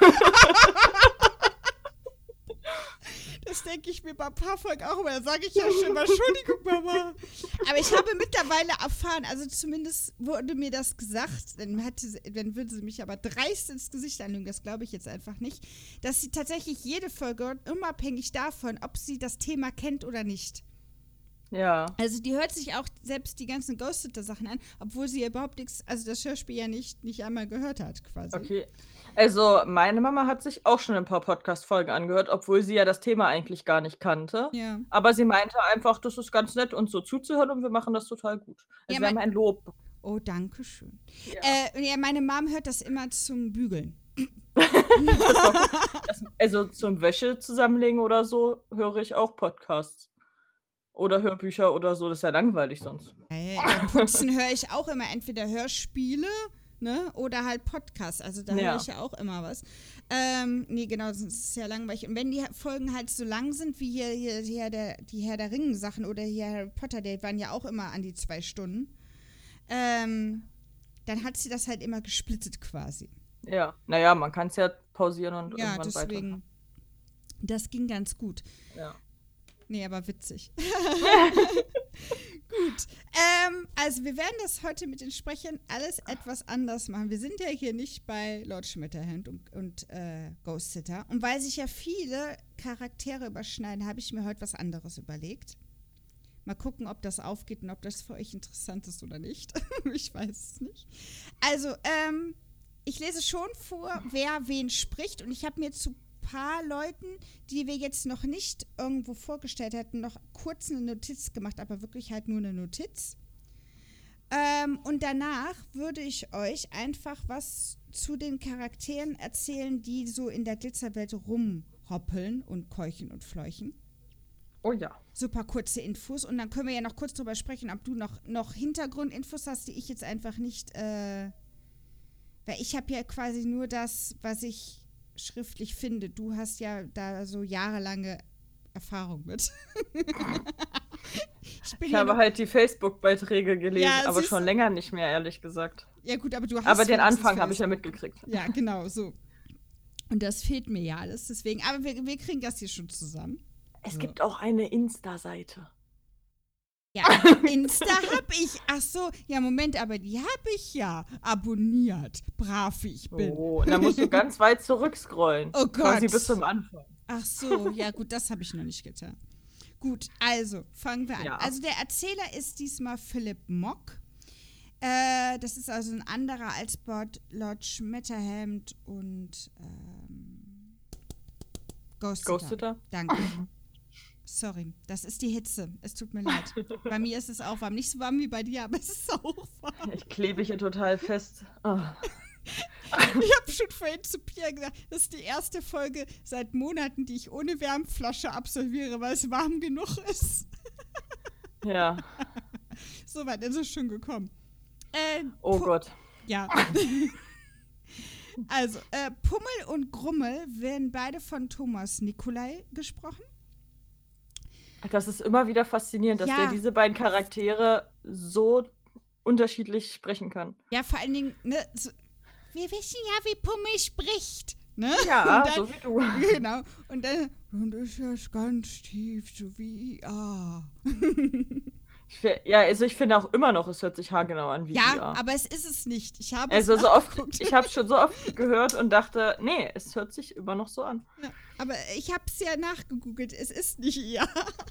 Das denke ich mir bei ein paar Folgen auch immer. Da sage ich ja schon mal, Entschuldigung, Mama. Aber ich habe mittlerweile erfahren, also zumindest wurde mir das gesagt, dann würde sie mich aber dreist ins Gesicht anlügen, das glaube ich jetzt einfach nicht, dass sie tatsächlich jede Folge hört, unabhängig davon, ob sie das Thema kennt oder nicht. Ja. Also die hört sich auch selbst die ganzen Ghostwriter-Sachen an, obwohl sie ja überhaupt nichts, also das Hörspiel ja nicht einmal gehört hat, quasi. Okay. Also meine Mama hat sich auch schon ein paar Podcast-Folgen angehört, obwohl sie ja das Thema eigentlich gar nicht kannte. Ja. Aber sie meinte einfach, das ist ganz nett, uns so zuzuhören und wir machen das total gut. Also wir haben ein Lob. Oh, danke schön. Ja. Meine Mom hört das immer zum Bügeln. Also zum Wäsche zusammenlegen oder so höre ich auch Podcasts. Oder Hörbücher oder so, das ist ja langweilig sonst. Beim Putzen höre ich auch immer entweder Hörspiele, ne? Oder halt Podcasts, also da höre ich ja auch immer was. Nee, genau, das ist ja langweilig. Und wenn die Folgen halt so lang sind, wie hier die Herr der Ringen-Sachen oder hier Harry Potter, die waren ja auch immer an die 2 Stunden, dann hat sie das halt immer gesplittet quasi. Ja, naja, man kann es ja pausieren und Ja, irgendwann deswegen, weiter. das ging ganz gut. Ja. Nee, aber witzig. Gut. Also wir werden das heute mit den Sprechern alles etwas anders machen. Wir sind ja hier nicht bei Lord Schmetterhand und Ghost Sitter. Und weil sich ja viele Charaktere überschneiden, habe ich mir heute was anderes überlegt. Mal gucken, ob das aufgeht und ob das für euch interessant ist oder nicht. Ich weiß es nicht. Also, ich lese schon vor, wer wen spricht. Und ich habe mir zu paar Leuten, die wir jetzt noch nicht irgendwo vorgestellt hätten, noch kurz eine Notiz gemacht, aber wirklich halt nur eine Notiz. Und danach würde ich euch einfach was zu den Charakteren erzählen, die so in der Glitzerwelt rumhoppeln und keuchen und fleuchen. Oh ja. Super kurze Infos. Und dann können wir ja noch kurz drüber sprechen, ob du noch Hintergrundinfos hast, die ich jetzt einfach nicht, weil ich habe ja quasi nur das, was ich schriftlich finde. Du hast ja da so jahrelange Erfahrung mit. Ich habe halt die Facebook-Beiträge gelesen, Ja, aber schon länger nicht mehr, ehrlich gesagt. Ja gut, aber du hast Aber den wenigstens Anfang habe ich ja Facebook. mitgekriegt. Ja, genau, so. Und das fehlt mir ja alles, deswegen. Aber wir kriegen das hier schon zusammen. Es gibt auch eine Insta-Seite. Ja, Insta hab ich. Ach so, ja, Moment, aber die habe ich ja abonniert. Brav wie ich bin. Oh, und dann musst du ganz weit zurückscrollen. Oh Gott. Quasi bis zum Anfang. Ach so, ja gut, das habe ich noch nicht getan. Gut, also fangen wir an. Ja. Also der Erzähler ist diesmal Philipp Mock. Das ist also ein anderer als Lord Schmetterhand und Ghost Sitter. Danke. Sorry, das ist die Hitze. Es tut mir leid. Bei mir ist es auch warm. Nicht so warm wie bei dir, aber es ist auch warm. Ich klebe hier total fest. Oh. Ich habe schon vorhin zu Pia gesagt, das ist die erste Folge seit Monaten, die ich ohne Wärmflasche absolviere, weil es warm genug ist. Ja. So weit ist es schon gekommen. Oh Gott. Ja. Also, Pummel und Grummel werden beide von Thomas Nicolai gesprochen. Das ist immer wieder faszinierend, dass der diese beiden Charaktere so unterschiedlich sprechen kann. Ja, vor allen Dingen, ne, so, wir wissen ja, wie Pummel spricht. Ne? Ja, dann, so wie du. Genau. Und dann, und ist das ganz tief, so wie IA. Ja, also ich finde auch immer noch, es hört sich haargenau an wie Ja, IA. aber es ist es nicht. Ich habe also so oft, ich habe es schon so oft gehört und dachte, nee, es hört sich immer noch so an. Ja, aber ich habe es ja nachgegoogelt. Es ist nicht IA.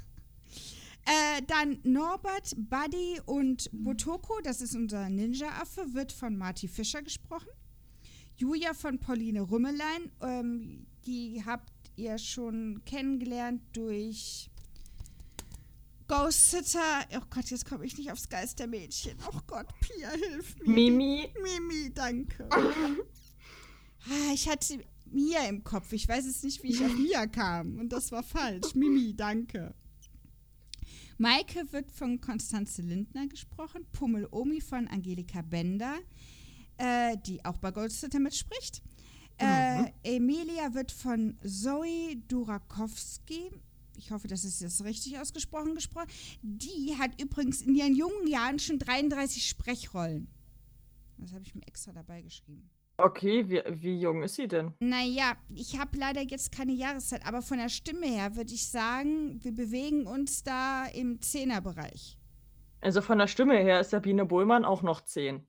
Dann Norbert, Buddy und Botoko, das ist unser Ninja-Affe, wird von Marty Fischer gesprochen. Julia von Pauline Rümmelein, die habt ihr schon kennengelernt durch Ghost Sitter. Oh Gott, jetzt komme ich nicht aufs Geistermädchen. Oh Gott, Pia, hilf mir. Mimi. Mimi, danke. Ich hatte Mia im Kopf. Ich weiß jetzt nicht, wie ich auf Mia kam. Und das war falsch. Mimi, danke. Maike wird von Konstanze Lindner gesprochen. Pummel Omi von Angelika Bender, die auch bei Ghost Sitter mitspricht. Emilia wird von Zoe Durakowski, ich hoffe, das ist jetzt richtig ausgesprochen, gesprochen. Die hat übrigens in ihren jungen Jahren schon 33 Sprechrollen. Das habe ich mir extra dabei geschrieben. Okay, wie jung ist sie denn? Naja, ich habe leider jetzt keine Jahreszeit, aber von der Stimme her würde ich sagen, wir bewegen uns da im 10er-Bereich. Also von der Stimme her ist Sabine Bohlmann auch noch 10.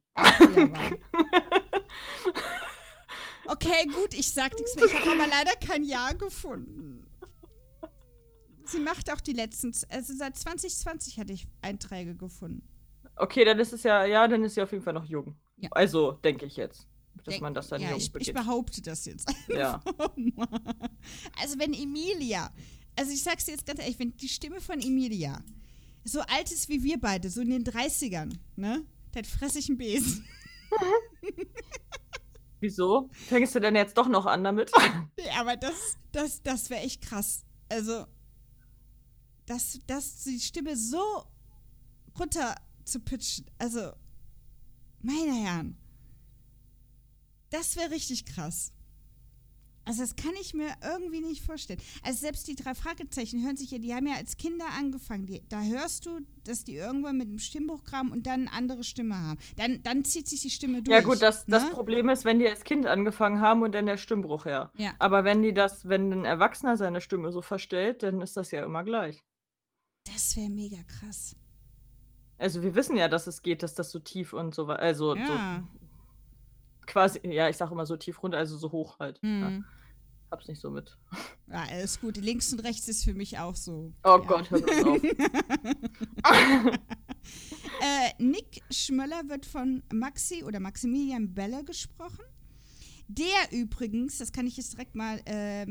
Okay, gut, ich sag nichts mehr. Ich habe aber leider kein Jahr gefunden. Sie macht auch die letzten, also seit 2020 hatte ich Einträge gefunden. Okay, dann ist es dann ist sie auf jeden Fall noch jung. Ja. Also, denke ich jetzt. Dass man das dann jung begeht. Ich behaupte das jetzt einfach. Ja. Also wenn Emilia, also ich sag's dir jetzt ganz ehrlich, wenn die Stimme von Emilia so alt ist wie wir beide, so in den 30ern, ne, dann fresse ich einen Besen. Wieso? Fängst du denn jetzt doch noch an damit? Nee, aber das wäre echt krass. Also, dass die Stimme so runter zu pitchen, also, meine Herren. Das wäre richtig krass. Also das kann ich mir irgendwie nicht vorstellen. Also selbst die 3 Fragezeichen hören sich ja, die haben ja als Kinder angefangen. Da hörst du, dass die irgendwann mit dem Stimmbuch kamen und dann eine andere Stimme haben. Dann zieht sich die Stimme durch. Ja gut, das ne? Problem ist, wenn die als Kind angefangen haben und dann der Stimmbruch her. Ja. Aber wenn ein Erwachsener seine Stimme so verstellt, dann ist das ja immer gleich. Das wäre mega krass. Also wir wissen ja, dass es geht, dass das so tief und so weiter, also Ja. so quasi, ja, ich sage immer so tief runter, also so hoch halt. Ja. Hab's nicht so mit. Ja, alles gut. Links und rechts ist für mich auch so. Oh Gott, hör bloß auf. Nick Schmöller wird von Maximilian Belle gesprochen. Der übrigens, das kann ich jetzt direkt mal,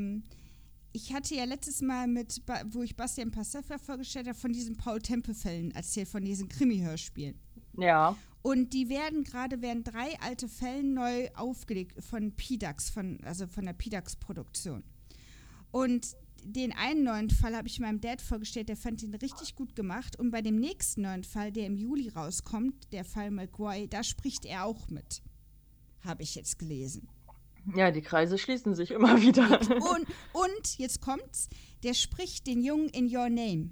ich hatte ja letztes Mal wo ich Bastian Pastewka vorgestellt habe, von diesen Paul-Tempe-Fällen erzählt, von diesen Krimi-Hörspielen. Ja. Und die werden 3 alte Fälle neu aufgelegt von PDAX, von der PDAX-Produktion. Und den einen neuen Fall habe ich meinem Dad vorgestellt, der fand ihn richtig gut gemacht. Und bei dem nächsten neuen Fall, der im Juli rauskommt, der Fall McGuire, da spricht er auch mit. Habe ich jetzt gelesen. Ja, die Kreise schließen sich immer wieder. Und jetzt kommt's, der spricht den Jungen in Your Name.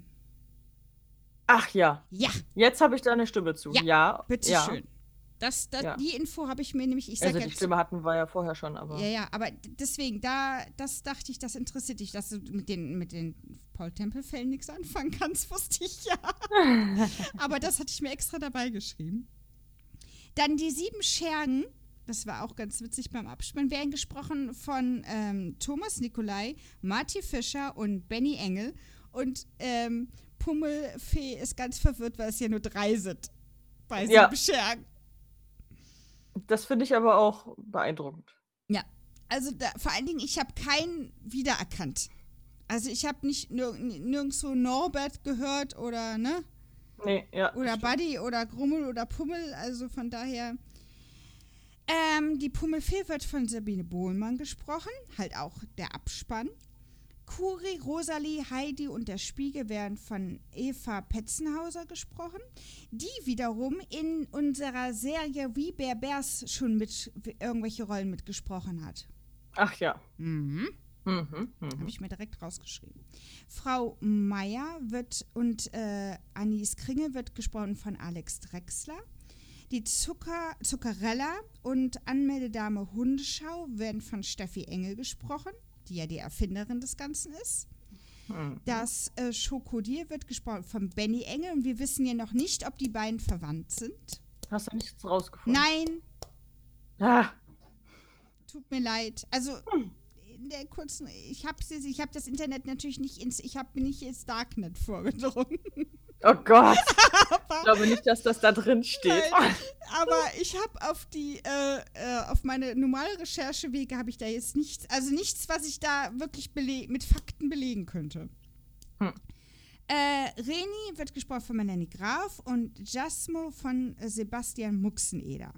Ach ja. Ja. Jetzt habe ich da eine Stimme zu. Ja. Bitteschön. Ja. Die Info habe ich mir nämlich, also die Stimme hatten wir ja vorher schon, aber... Ja, aber deswegen, das dachte ich, das interessiert dich, dass du mit den Paul-Tempe-Fällen nichts anfangen kannst, wusste ich ja. Aber das hatte ich mir extra dabei geschrieben. Dann die 7 Schergen, das war auch ganz witzig beim Abspann, werden gesprochen von Thomas Nicolai, Marty Fischer und Benny Engel. Und Pummelfee ist ganz verwirrt, weil es ja nur 3 sind bei 7 Schergen. Das finde ich aber auch beeindruckend. Ja, also vor allen Dingen, ich habe keinen wiedererkannt. Also ich habe nicht nirgendwo Norbert gehört oder, ne? Nee, ja. Oder Buddy oder Grummel oder Pummel, also von daher. Die Pummelfee wird von Sabine Bohlmann gesprochen, halt auch der Abspann. Kuri, Rosalie, Heidi und der Spiegel werden von Eva Petzenhauser gesprochen, die wiederum in unserer Serie Wie Bär Bärs schon irgendwelche Rollen mitgesprochen hat. Ach ja. Habe ich mir direkt rausgeschrieben. Frau Meier und Anis Kringe wird gesprochen von Alex Drechsler. Die Zuccarella und Anmeldedame Hundeschau werden von Steffi Engel gesprochen, die ja die Erfinderin des Ganzen ist. Das Schokodier wird gesprochen von Benny Engel und wir wissen ja noch nicht, ob die beiden verwandt sind. Hast du nichts rausgefunden? Nein. Ah. Tut mir leid. Also in der kurzen, ich habe das Internet natürlich nicht ich habe nicht ins Darknet vorgedrungen. Oh Gott. Ich glaube nicht, dass das da drin steht. Nein, aber ich habe auf meine normale Recherchewege habe ich da jetzt nichts, was ich da wirklich mit Fakten belegen könnte. Reni wird gesprochen von Melanie Graf und Jasmo von Sebastian Muxeneder.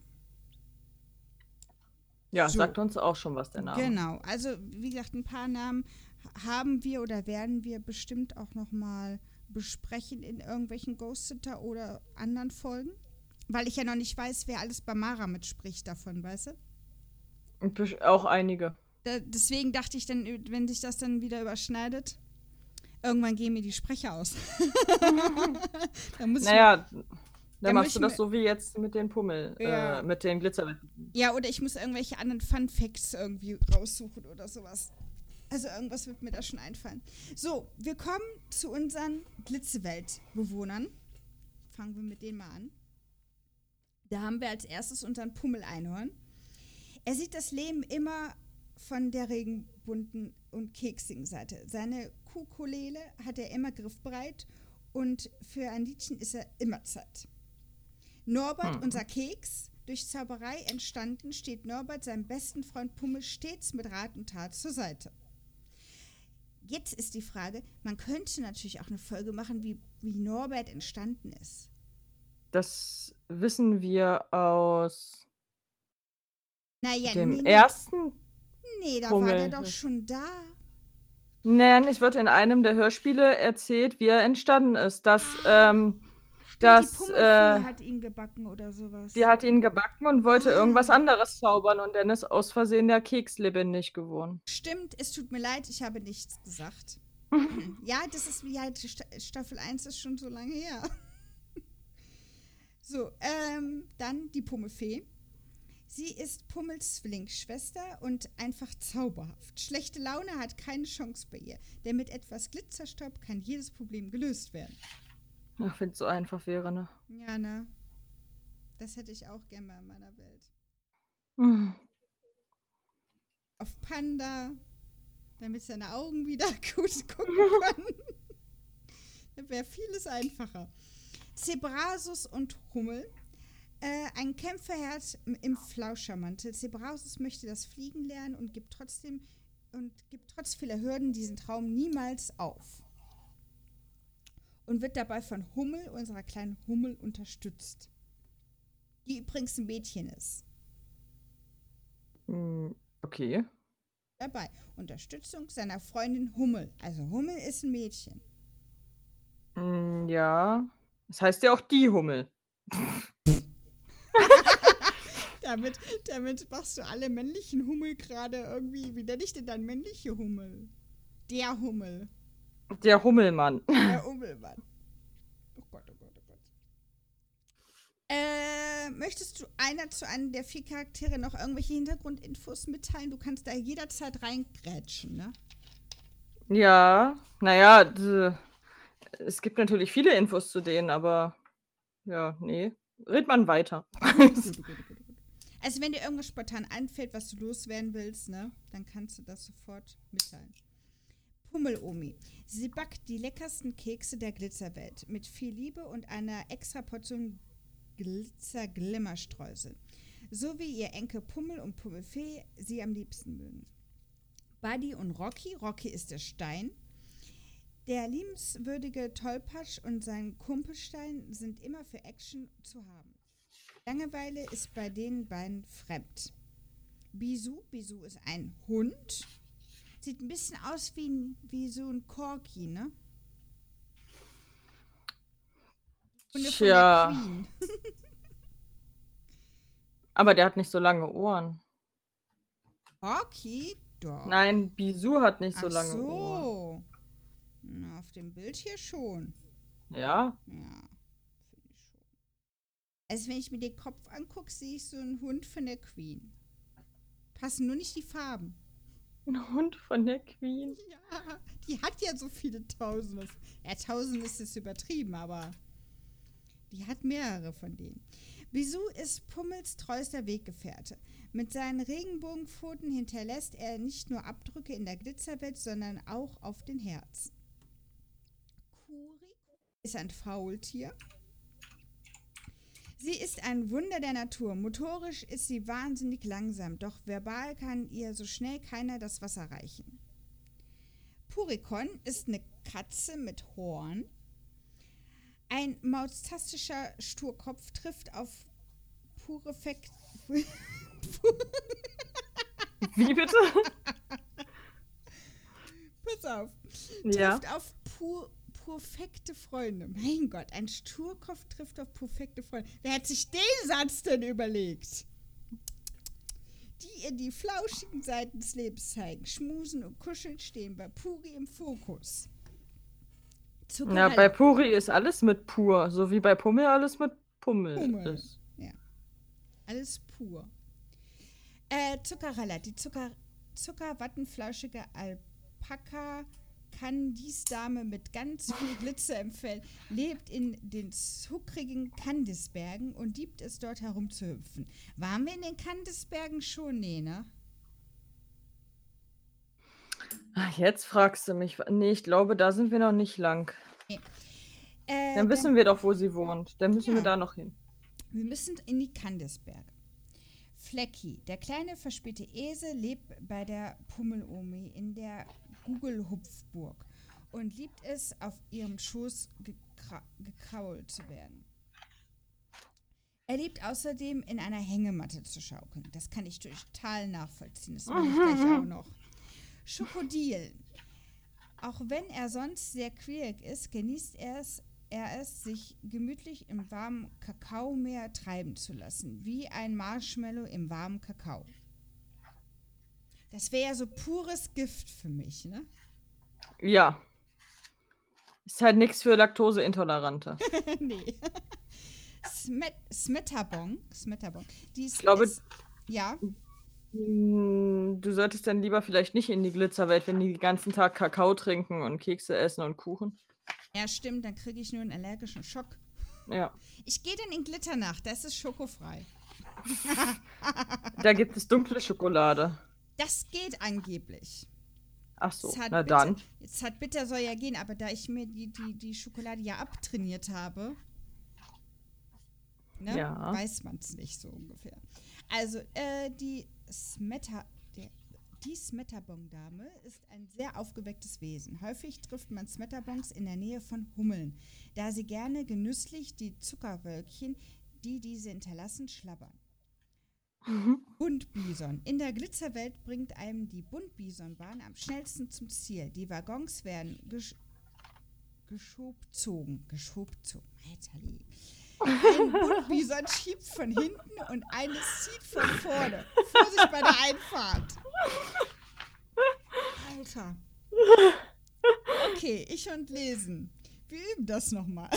Ja, so. Sagt uns auch schon was, der Name. Genau, also wie gesagt, ein paar Namen haben wir oder werden wir bestimmt auch noch mal besprechen in irgendwelchen Ghost Sitter oder anderen Folgen. Weil ich ja noch nicht weiß, wer alles bei Mara mitspricht davon, weißt du? Auch einige. Deswegen dachte ich dann, wenn sich das dann wieder überschneidet, irgendwann gehen mir die Sprecher aus. Dann machst du das so wie jetzt mit den mit den Glitzerwetten. Ja, oder ich muss irgendwelche anderen Fun Facts irgendwie raussuchen oder sowas. Also irgendwas wird mir da schon einfallen. So, wir kommen zu unseren Glitzerweltbewohnern. Fangen wir mit denen mal an. Da haben wir als erstes unseren Pummel-Einhorn. Er sieht das Leben immer von der regenbunten und keksigen Seite. Seine Ukulele hat er immer griffbereit und für ein Liedchen ist er immer Zeit. Norbert, unser Keks, durch Zauberei entstanden, steht Norbert seinem besten Freund Pummel stets mit Rat und Tat zur Seite. Jetzt ist die Frage, man könnte natürlich auch eine Folge machen, wie Norbert entstanden ist. Das wissen wir aus dem Nee, ersten Nee, da Pummel. war der doch schon da. Nein, es wird in einem der Hörspiele erzählt, wie er entstanden ist. Dass dass die Pummelfee hat ihn gebacken oder sowas. die hat ihn gebacken und wollte irgendwas anderes zaubern und dann ist aus Versehen der Keks lebendig geworden. Stimmt, es tut mir leid, ich habe nichts gesagt. Ja, das ist wie halt Staffel 1 ist schon so lange her. So, dann die Pummelfee. Sie ist Pummels Zwillingsschwester und einfach zauberhaft. Schlechte Laune hat keine Chance bei ihr, denn mit etwas Glitzerstaub kann jedes Problem gelöst werden. Ach, wenn es so einfach wäre, ne? Ja, ne? Das hätte ich auch gerne mal in meiner Welt. Hm. Auf Panda, damit seine Augen wieder gut gucken können. Da wäre vieles einfacher. Zebrasus und Hummel. Ein Kämpferherz im Flauschermantel. Zebrasus möchte das Fliegen lernen und gibt trotz vieler Hürden diesen Traum niemals auf. Und wird dabei von Hummel, unserer kleinen Hummel, unterstützt. Die übrigens ein Mädchen ist. Okay. Dabei Unterstützung seiner Freundin Hummel. Also Hummel ist ein Mädchen. Ja. Das heißt ja auch die Hummel. Damit machst du alle männlichen Hummel gerade irgendwie. Wie nenne ich denn dann männliche Hummel? Der Hummel. Der Hummelmann. Der Hummelmann. Oh Gott, oh Gott, oh Gott. Möchtest du einer zu einem der 4 Charaktere noch irgendwelche Hintergrundinfos mitteilen? Du kannst da jederzeit reingrätschen, ne? Ja, naja, es gibt natürlich viele Infos zu denen, aber ja, nee. Red man weiter. Gut. Also wenn dir irgendwas spontan einfällt, was du loswerden willst, ne, dann kannst du das sofort mitteilen. Pummel-Omi. Sie backt die leckersten Kekse der Glitzerwelt mit viel Liebe und einer extra Portion Glitzer-Glimmerstreusel. So wie ihr Enkel Pummel und Pummelfee sie am liebsten mögen. Buddy und Rocky. Rocky ist der Stein. Der liebenswürdige Tollpatsch und sein Kumpelstein sind immer für Action zu haben. Langeweile ist bei den beiden fremd. Bisou ist ein Hund. Sieht ein bisschen aus wie so ein Corgi, ne? Hunde von der Queen. Aber der hat nicht so lange Ohren. Corgi? Doch. Nein, Bisou hat nicht so lange Ohren. Na, auf dem Bild hier schon. Ja? Ja, finde ich schon. Also wenn ich mir den Kopf angucke, sehe ich so einen Hund von der Queen. Passen nur nicht die Farben. Ein Hund von der Queen? Ja, die hat ja so viele Tausende. Ja, 1000 ist es übertrieben, aber die hat mehrere von denen. Bisou ist Pummels treuester Weggefährte. Mit seinen Regenbogenpfoten hinterlässt er nicht nur Abdrücke in der Glitzerwelt, sondern auch auf den Herzen. Kuri ist ein Faultier. Sie ist ein Wunder der Natur. Motorisch ist sie wahnsinnig langsam, doch verbal kann ihr so schnell keiner das Wasser reichen. Purikon ist eine Katze mit Horn. Ein maustastischer Sturkopf trifft auf Purefekt. Wie bitte? Pass auf. Ja. Trifft auf perfekte Freunde. Mein Gott, ein Sturkopf trifft auf perfekte Freunde. Wer hat sich den Satz denn überlegt? Die ihr die flauschigen Seiten des Lebens zeigen. Schmusen und kuscheln stehen bei Puri im Fokus. Ja, bei Puri ist alles mit pur, so wie bei Pummel alles mit Pummel ist. Ja, alles pur. Zuckerella, die zuckerwattenflauschige Alpaka Candice-Dame mit ganz viel Glitzer im Fell, lebt in den zuckrigen Kandisbergen und liebt es, dort herumzuhüpfen. Waren wir in den Kandisbergen schon? Nee, ne? Ach, jetzt fragst du mich. Nee, ich glaube, da sind wir noch nicht lang. Nee. Dann wissen wir doch, wo sie wohnt. Dann müssen wir da noch hin. Wir müssen in die Kandisberge. Flecki, der kleine verspielte Esel, lebt bei der Pummel-Omi in der Gugelhupfburg und liebt es, auf ihrem Schoß gekrault zu werden. Er liebt außerdem, in einer Hängematte zu schaukeln. Das kann ich total nachvollziehen. Das mache ich gleich auch noch. Schokodil. Auch wenn er sonst sehr quirlig ist, genießt er es, er es, sich gemütlich im warmen Kakaomeer treiben zu lassen, wie ein Marshmallow im warmen Kakao. Das wäre ja so pures Gift für mich, ne? Ja. Ist halt nichts für Laktoseintolerante. Nee. Smettabong. Ich glaube, ja, du solltest dann lieber vielleicht nicht in die Glitzerwelt, wenn die den ganzen Tag Kakao trinken und Kekse essen und Kuchen. ja, stimmt, dann kriege ich nur einen allergischen Schock. Ja. Ich gehe dann in Glitternacht, das ist schokofrei. Da gibt es dunkle Schokolade. Das geht angeblich. Ach so, Es hat na bitter, dann. Jetzt hat bitter soll ja gehen, aber da ich mir die Schokolade ja abtrainiert habe, ne, Ja. weiß man es nicht so ungefähr. Also, die Smettabong-Dame ist ein sehr aufgewecktes Wesen. Häufig trifft man Smettabongs in der Nähe von Hummeln, da sie gerne genüsslich die Zuckerwölkchen, die diese hinterlassen, schlabbern. Buntbison. In der Glitzerwelt bringt einem die Buntbisonbahn am schnellsten zum Ziel. Die Waggons werden geschobzogen. Alter, ein Buntbison schiebt von hinten und eines zieht von vorne. Vorsicht bei der Einfahrt. Alter. Okay, ich und lesen. Wir üben das nochmal.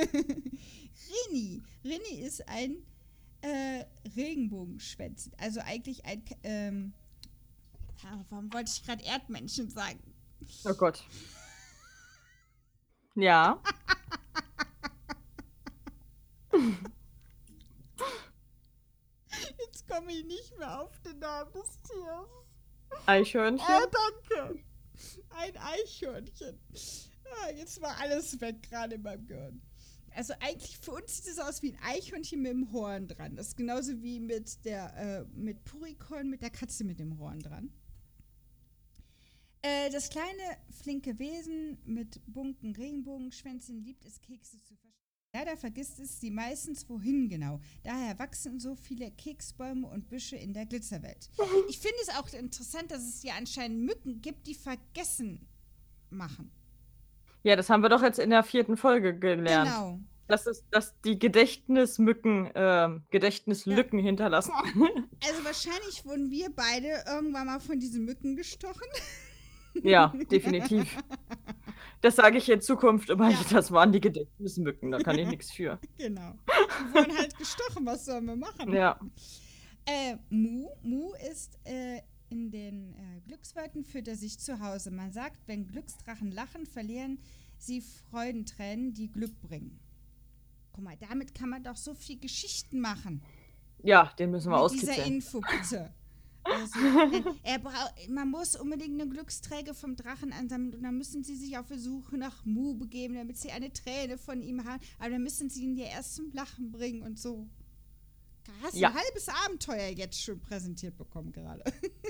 Rini ist ein Regenbogenschwänzchen. Also eigentlich ein, warum wollte ich gerade Erdmännchen sagen? Oh Gott. Ja. Jetzt komme ich nicht mehr auf den Namen des Tiers. Eichhörnchen. Danke. Ein Eichhörnchen. Jetzt war alles weg, gerade in meinem Gehirn. Also eigentlich für uns sieht es aus wie ein Eichhörnchen mit dem Horn dran. Das ist genauso wie mit Purikon, mit der Katze mit dem Horn dran. Das kleine, flinke Wesen mit bunten Regenbogenschwänzen liebt es, Kekse zu verstecken. Leider vergisst es sie meistens, wohin genau. Daher wachsen so viele Keksbäume und Büsche in der Glitzerwelt. Ich finde es auch interessant, dass es hier anscheinend Mücken gibt, die vergessen machen. Ja, das haben wir doch jetzt in der 4. Folge gelernt. Genau. Dass die Gedächtnislücken hinterlassen. Also wahrscheinlich wurden wir beide irgendwann mal von diesen Mücken gestochen. Ja, definitiv. Das sage ich in Zukunft immer. Ja. Das waren die Gedächtnismücken, da kann ich nichts für. Genau. Wir wurden halt gestochen, was sollen wir machen? Ja. Mu ist in den Glückswelten fühlt er sich zu Hause. Man sagt, wenn Glücksdrachen lachen, verlieren sie Freudentränen, die Glück bringen. Guck mal, damit kann man doch so viel Geschichten machen. Ja, den müssen wir Mit auskitzeln. dieser Info, bitte. Also, man muss unbedingt eine Glücksträge vom Drachen ansammeln und dann müssen sie sich auf die Suche nach Mu begeben, damit sie eine Träne von ihm haben. Aber dann müssen sie ihn ja erst zum Lachen bringen und so. Da hast du ein halbes Abenteuer jetzt schon präsentiert bekommen gerade.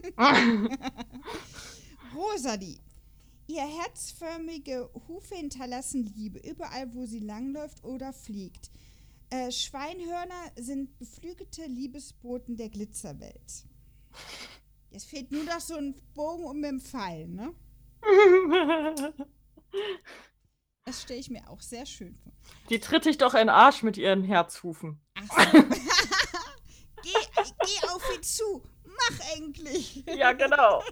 Rosalie. Ihr herzförmige Hufe hinterlassen Liebe, überall wo sie langläuft oder fliegt. Schweinhörner sind beflügelte Liebesboten der Glitzerwelt. Jetzt fehlt nur noch so ein Bogen um mit dem Pfeil, ne? Das stelle ich mir auch sehr schön vor. Die tritt dich doch in den Arsch mit ihren Herzhufen. Ach so. Geh auf ihn zu. Mach endlich. Ja, genau.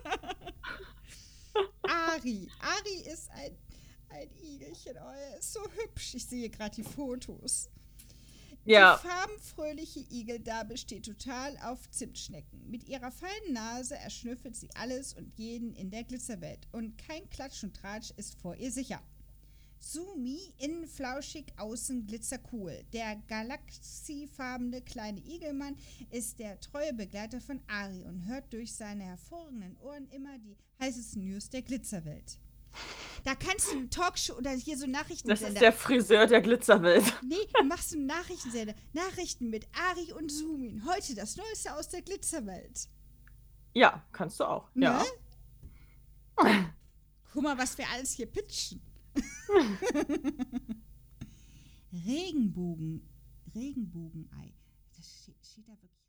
Ari ist ein Igelchen. Oh, er ist so hübsch. Ich sehe gerade die Fotos. Ja. Die farbenfröhliche Igeldame steht total auf Zimtschnecken. Mit ihrer feinen Nase erschnüffelt sie alles und jeden in der Glitzerwelt. Und kein Klatsch und Tratsch ist vor ihr sicher. Sumi, innen flauschig, außen glitzercool. Der galaxiefarbene kleine Igelmann ist der treue Begleiter von Ari und hört durch seine hervorragenden Ohren immer die heißesten News der Glitzerwelt. Da kannst du eine Talkshow oder hier so Nachrichtensender. Das ist der Friseur der Glitzerwelt. Nee, du machst einen Nachrichtensender. Nachrichten mit Ari und Sumin. Heute das Neueste aus der Glitzerwelt. Ja, kannst du auch. Ne? Ja. Guck mal, was wir alles hier pitchen. Regenbogenei. Das steht da wirklich.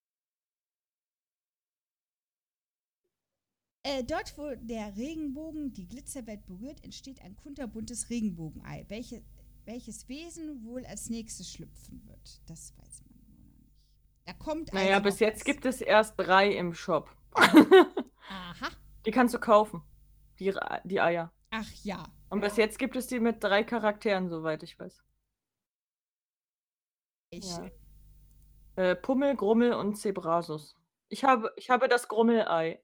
Dort, wo der Regenbogen die Glitzerwelt berührt, entsteht ein kunterbuntes Regenbogenei, welches Wesen wohl als nächstes schlüpfen wird. Das weiß man nur noch nicht. Da kommt Naja, also bis noch jetzt was. gibt es erst 3 im Shop. Aha. Die kannst du kaufen. Die Eier. Ach ja. Und bis jetzt gibt es die mit 3 Charakteren, soweit ich weiß. Welche? Ja. Pummel, Grummel und Zebrasus. Ich habe das Grummelei.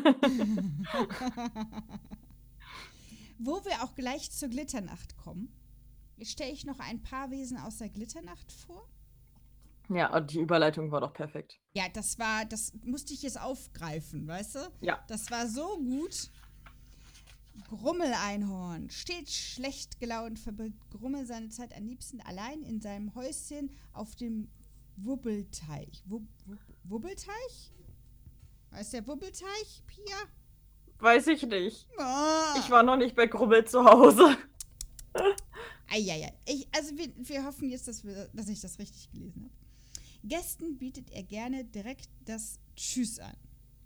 Wo wir auch gleich zur Glitternacht kommen, stelle ich noch ein paar Wesen aus der Glitternacht vor. Ja, und die Überleitung war doch perfekt. Ja, das musste ich jetzt aufgreifen, weißt du? Ja. Das war so gut. Grummeleinhorn. Stets schlecht gelaunt verbringt Grummel seine Zeit am liebsten allein in seinem Häuschen auf dem Wubbelteich. Wubbelteich? Weißt du der Wubbelteich, Pia? Weiß ich nicht. Oh. Ich war noch nicht bei Grummel zu Hause. Eieiei. Wir hoffen jetzt, dass ich das richtig gelesen habe. Gästen bietet er gerne direkt das Tschüss an.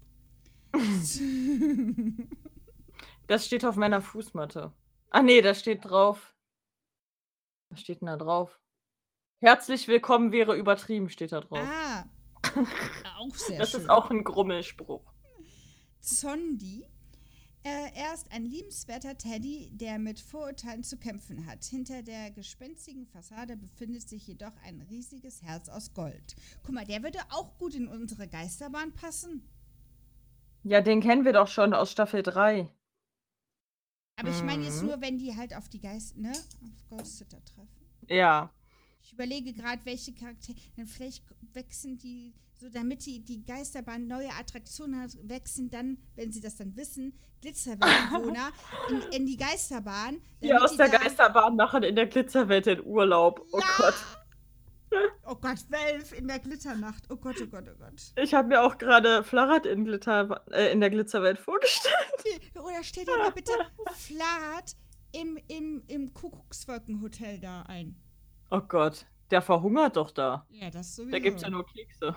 Das steht auf meiner Fußmatte. Ah nee, da steht drauf. Was steht denn da drauf? Herzlich willkommen wäre übertrieben, steht da drauf. Ah, auch sehr Das schön. ist auch ein Grummelspruch. Zondi. Er ist ein liebenswerter Teddy, der mit Vorurteilen zu kämpfen hat. Hinter der gespenstigen Fassade befindet sich jedoch ein riesiges Herz aus Gold. Guck mal, der würde auch gut in unsere Geisterbahn passen. Ja, den kennen wir doch schon aus Staffel 3. Aber ich meine jetzt nur, wenn die halt auf die auf Ghost Sitter treffen. Ja. Ich überlege gerade, welche Charaktere, dann vielleicht wechseln die, so damit die Geisterbahn neue Attraktionen hat, wechseln dann, wenn sie das dann wissen, Glitzerweltbewohner in die Geisterbahn. Die aus der Geisterbahn machen in der Glitzerwelt den Urlaub. Oh Gott. Oh Gott, 12 in der Glitternacht. Oh Gott, oh Gott, oh Gott. Ich habe mir auch gerade Flarat in der Glitzerwelt vorgestellt. Oder stell dir mal bitte Flat im Kuckuckswolkenhotel da ein. Oh Gott, der verhungert doch da. Ja, das sowieso. Da gibt's ja nur Kekse.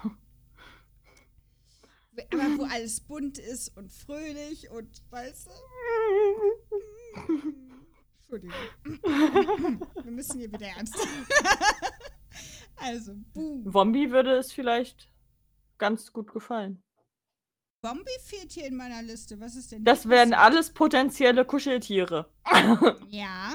Aber wo alles bunt ist und fröhlich und, weißt du? Entschuldigung. Wir müssen hier wieder ernst. Also, boom. Wombi würde es vielleicht ganz gut gefallen. Wombi fehlt hier in meiner Liste. Was ist denn? Das wären alles potenzielle Kuscheltiere. Ja.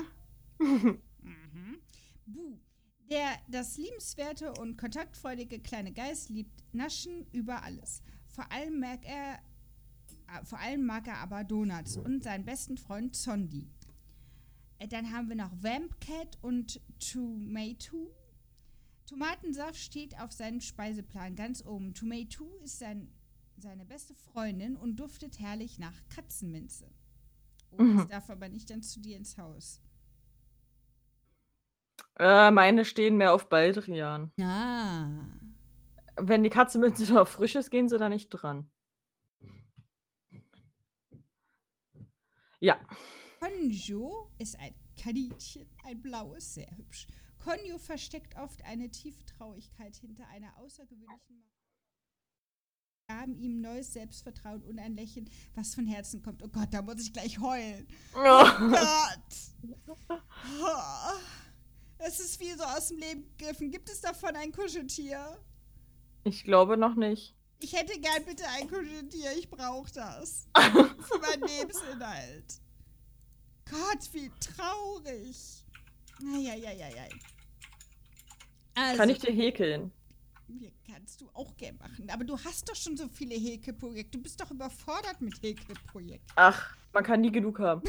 Buh. Das liebenswerte und kontaktfreudige kleine Geist liebt Naschen über alles. Vor allem mag er aber Donuts und seinen besten Freund Zondi. Dann haben wir noch Vampcat und Tomato. Tomatensaft steht auf seinem Speiseplan ganz oben. Tomato ist seine beste Freundin und duftet herrlich nach Katzenminze. Oh, das darf aber nicht dann zu dir ins Haus. Meine stehen mehr auf Baldrian. Ah. Wenn die Katzenminze noch frisch ist, gehen sie da nicht dran. Ja. Konjo ist ein Kaninchen, ein blaues, sehr hübsch. Konjo versteckt oft eine tiefe Traurigkeit hinter einer außergewöhnlichen gaben ihm neues Selbstvertrauen und ein Lächeln, was von Herzen kommt. Oh Gott, da muss ich gleich heulen. Oh Gott. Oh. Es ist wie so aus dem Leben gegriffen. Gibt es davon ein Kuscheltier? Ich glaube noch nicht. Ich hätte gern bitte ein Kuscheltier. Ich brauche das. Für meinen Lebensinhalt. Gott, wie traurig. Eieieiei. Also, kann ich dir häkeln? Kannst du auch gern machen. Aber du hast doch schon so viele Häkelprojekte. Du bist doch überfordert mit Häkelprojekten. Ach, man kann nie genug haben.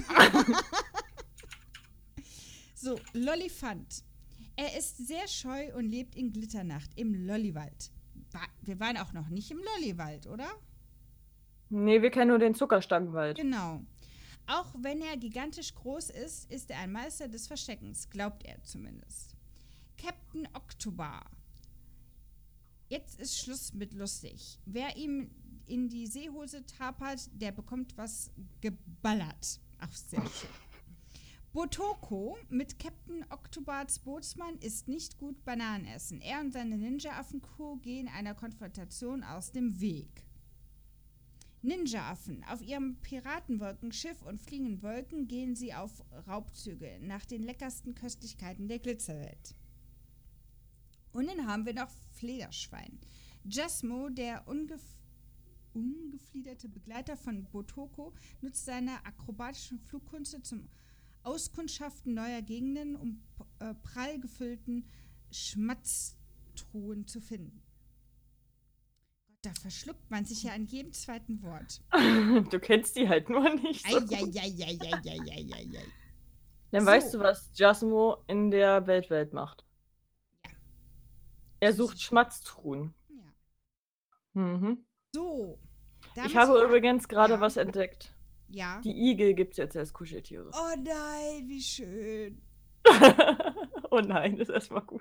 So, Lollifant. Er ist sehr scheu und lebt in Glitternacht im Lolliwald. Wir waren auch noch nicht im Lolliwald, oder? Nee, wir kennen nur den Zuckerstangenwald. Genau. Auch wenn er gigantisch groß ist, ist er ein Meister des Versteckens, glaubt er zumindest. Captain Oktober. Jetzt ist Schluss mit lustig. Wer ihm in die Seehose tapert, der bekommt was geballert. Ach, sehr schön. Botoko mit Captain Oktobars Bootsmann ist nicht gut Bananen essen. Er und seine Ninja-Affen-Crew gehen einer Konfrontation aus dem Weg. Ninja-Affen. Auf ihrem Piratenwolkenschiff und fliegenden Wolken gehen sie auf Raubzüge nach den leckersten Köstlichkeiten der Glitzerwelt. Und dann haben wir noch Flederschwein. Jasmo, der ungefliederte Begleiter von Botoko, nutzt seine akrobatischen Flugkünste zum Auskundschaften neuer Gegenden, um prall gefüllten Schmatztruhen zu finden. Gott, da verschluckt man sich ja an jedem zweiten Wort. Du kennst die halt nur nicht so. Eieieiei. Dann So. weißt du, was Giacomo in der Weltwelt macht. Ja. Er sucht Schmatztruhen. Ja. Mhm. So. Ich habe übrigens gerade was entdeckt. Ja. Die Igel gibt es jetzt als Kuscheltiere. Oh nein, wie schön. Oh nein, ist erstmal gut.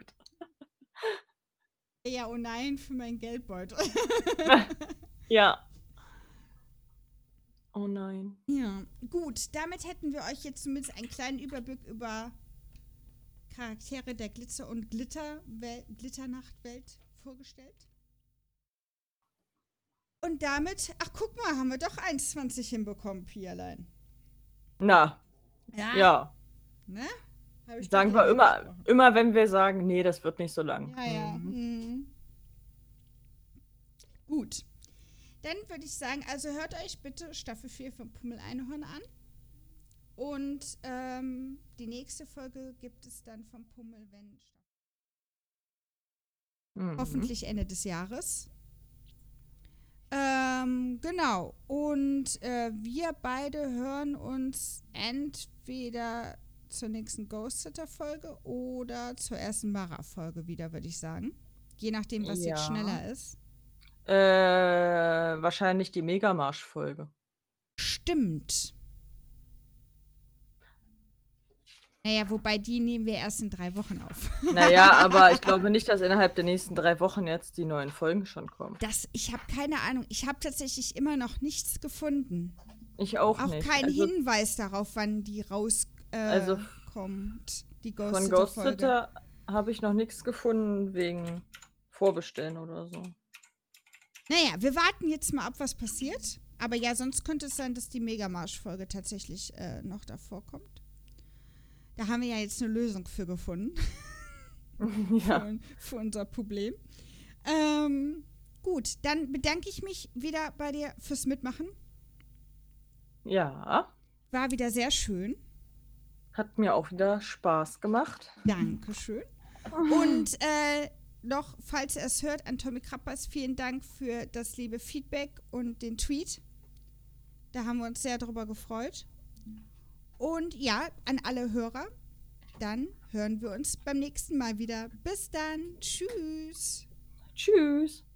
Ja, oh nein, für meinen Geldbeutel. Ja. Oh nein. Ja, gut. Damit hätten wir euch jetzt zumindest einen kleinen Überblick über Charaktere der Glitzer- und Glitternachtwelt vorgestellt. Und damit, ach guck mal, haben wir doch 1,20 hinbekommen, Pierlein. Na, ja. Ne? Hab ich Sagen doch wir dir versprochen. immer, wenn wir sagen, nee, das wird nicht so lang. Ja, ja. Mhm. Mhm. Gut. Dann würde ich sagen, also hört euch bitte Staffel 4 von Pummel Einhorn an. Und die nächste Folge gibt es dann vom Pummel, wenn Mhm. hoffentlich Ende des Jahres. Genau. Und wir beide hören uns entweder zur nächsten Ghost Sitter-Folge oder zur ersten Mara-Folge wieder, würde ich sagen. Je nachdem, was jetzt Ja. schneller ist. Wahrscheinlich die Megamarsch-Folge. Stimmt. Naja, wobei die nehmen wir erst in 3 Wochen auf. Naja, aber ich glaube nicht, dass innerhalb der nächsten 3 Wochen jetzt die neuen Folgen schon kommen. Ich habe keine Ahnung. Ich habe tatsächlich immer noch nichts gefunden. Ich auch Auch nicht. keinen Also Hinweis darauf, wann die rauskommt. Die Ghost von Sitter Ghost Folge. Sitter habe ich noch nichts gefunden wegen Vorbestellen oder so. Naja, wir warten jetzt mal ab, was passiert. Aber ja, sonst könnte es sein, dass die Megamarsch-Folge tatsächlich noch davor kommt. Da haben wir ja jetzt eine Lösung für gefunden. Ja. für unser Problem. Gut, dann bedanke ich mich wieder bei dir fürs Mitmachen. Ja. War wieder sehr schön. Hat mir auch wieder Spaß gemacht. Dankeschön. Und noch, falls ihr es hört, an Tommy Krappers, vielen Dank für das liebe Feedback und den Tweet. Da haben wir uns sehr drüber gefreut. Und ja, an alle Hörer, dann hören wir uns beim nächsten Mal wieder. Bis dann. Tschüss. Tschüss.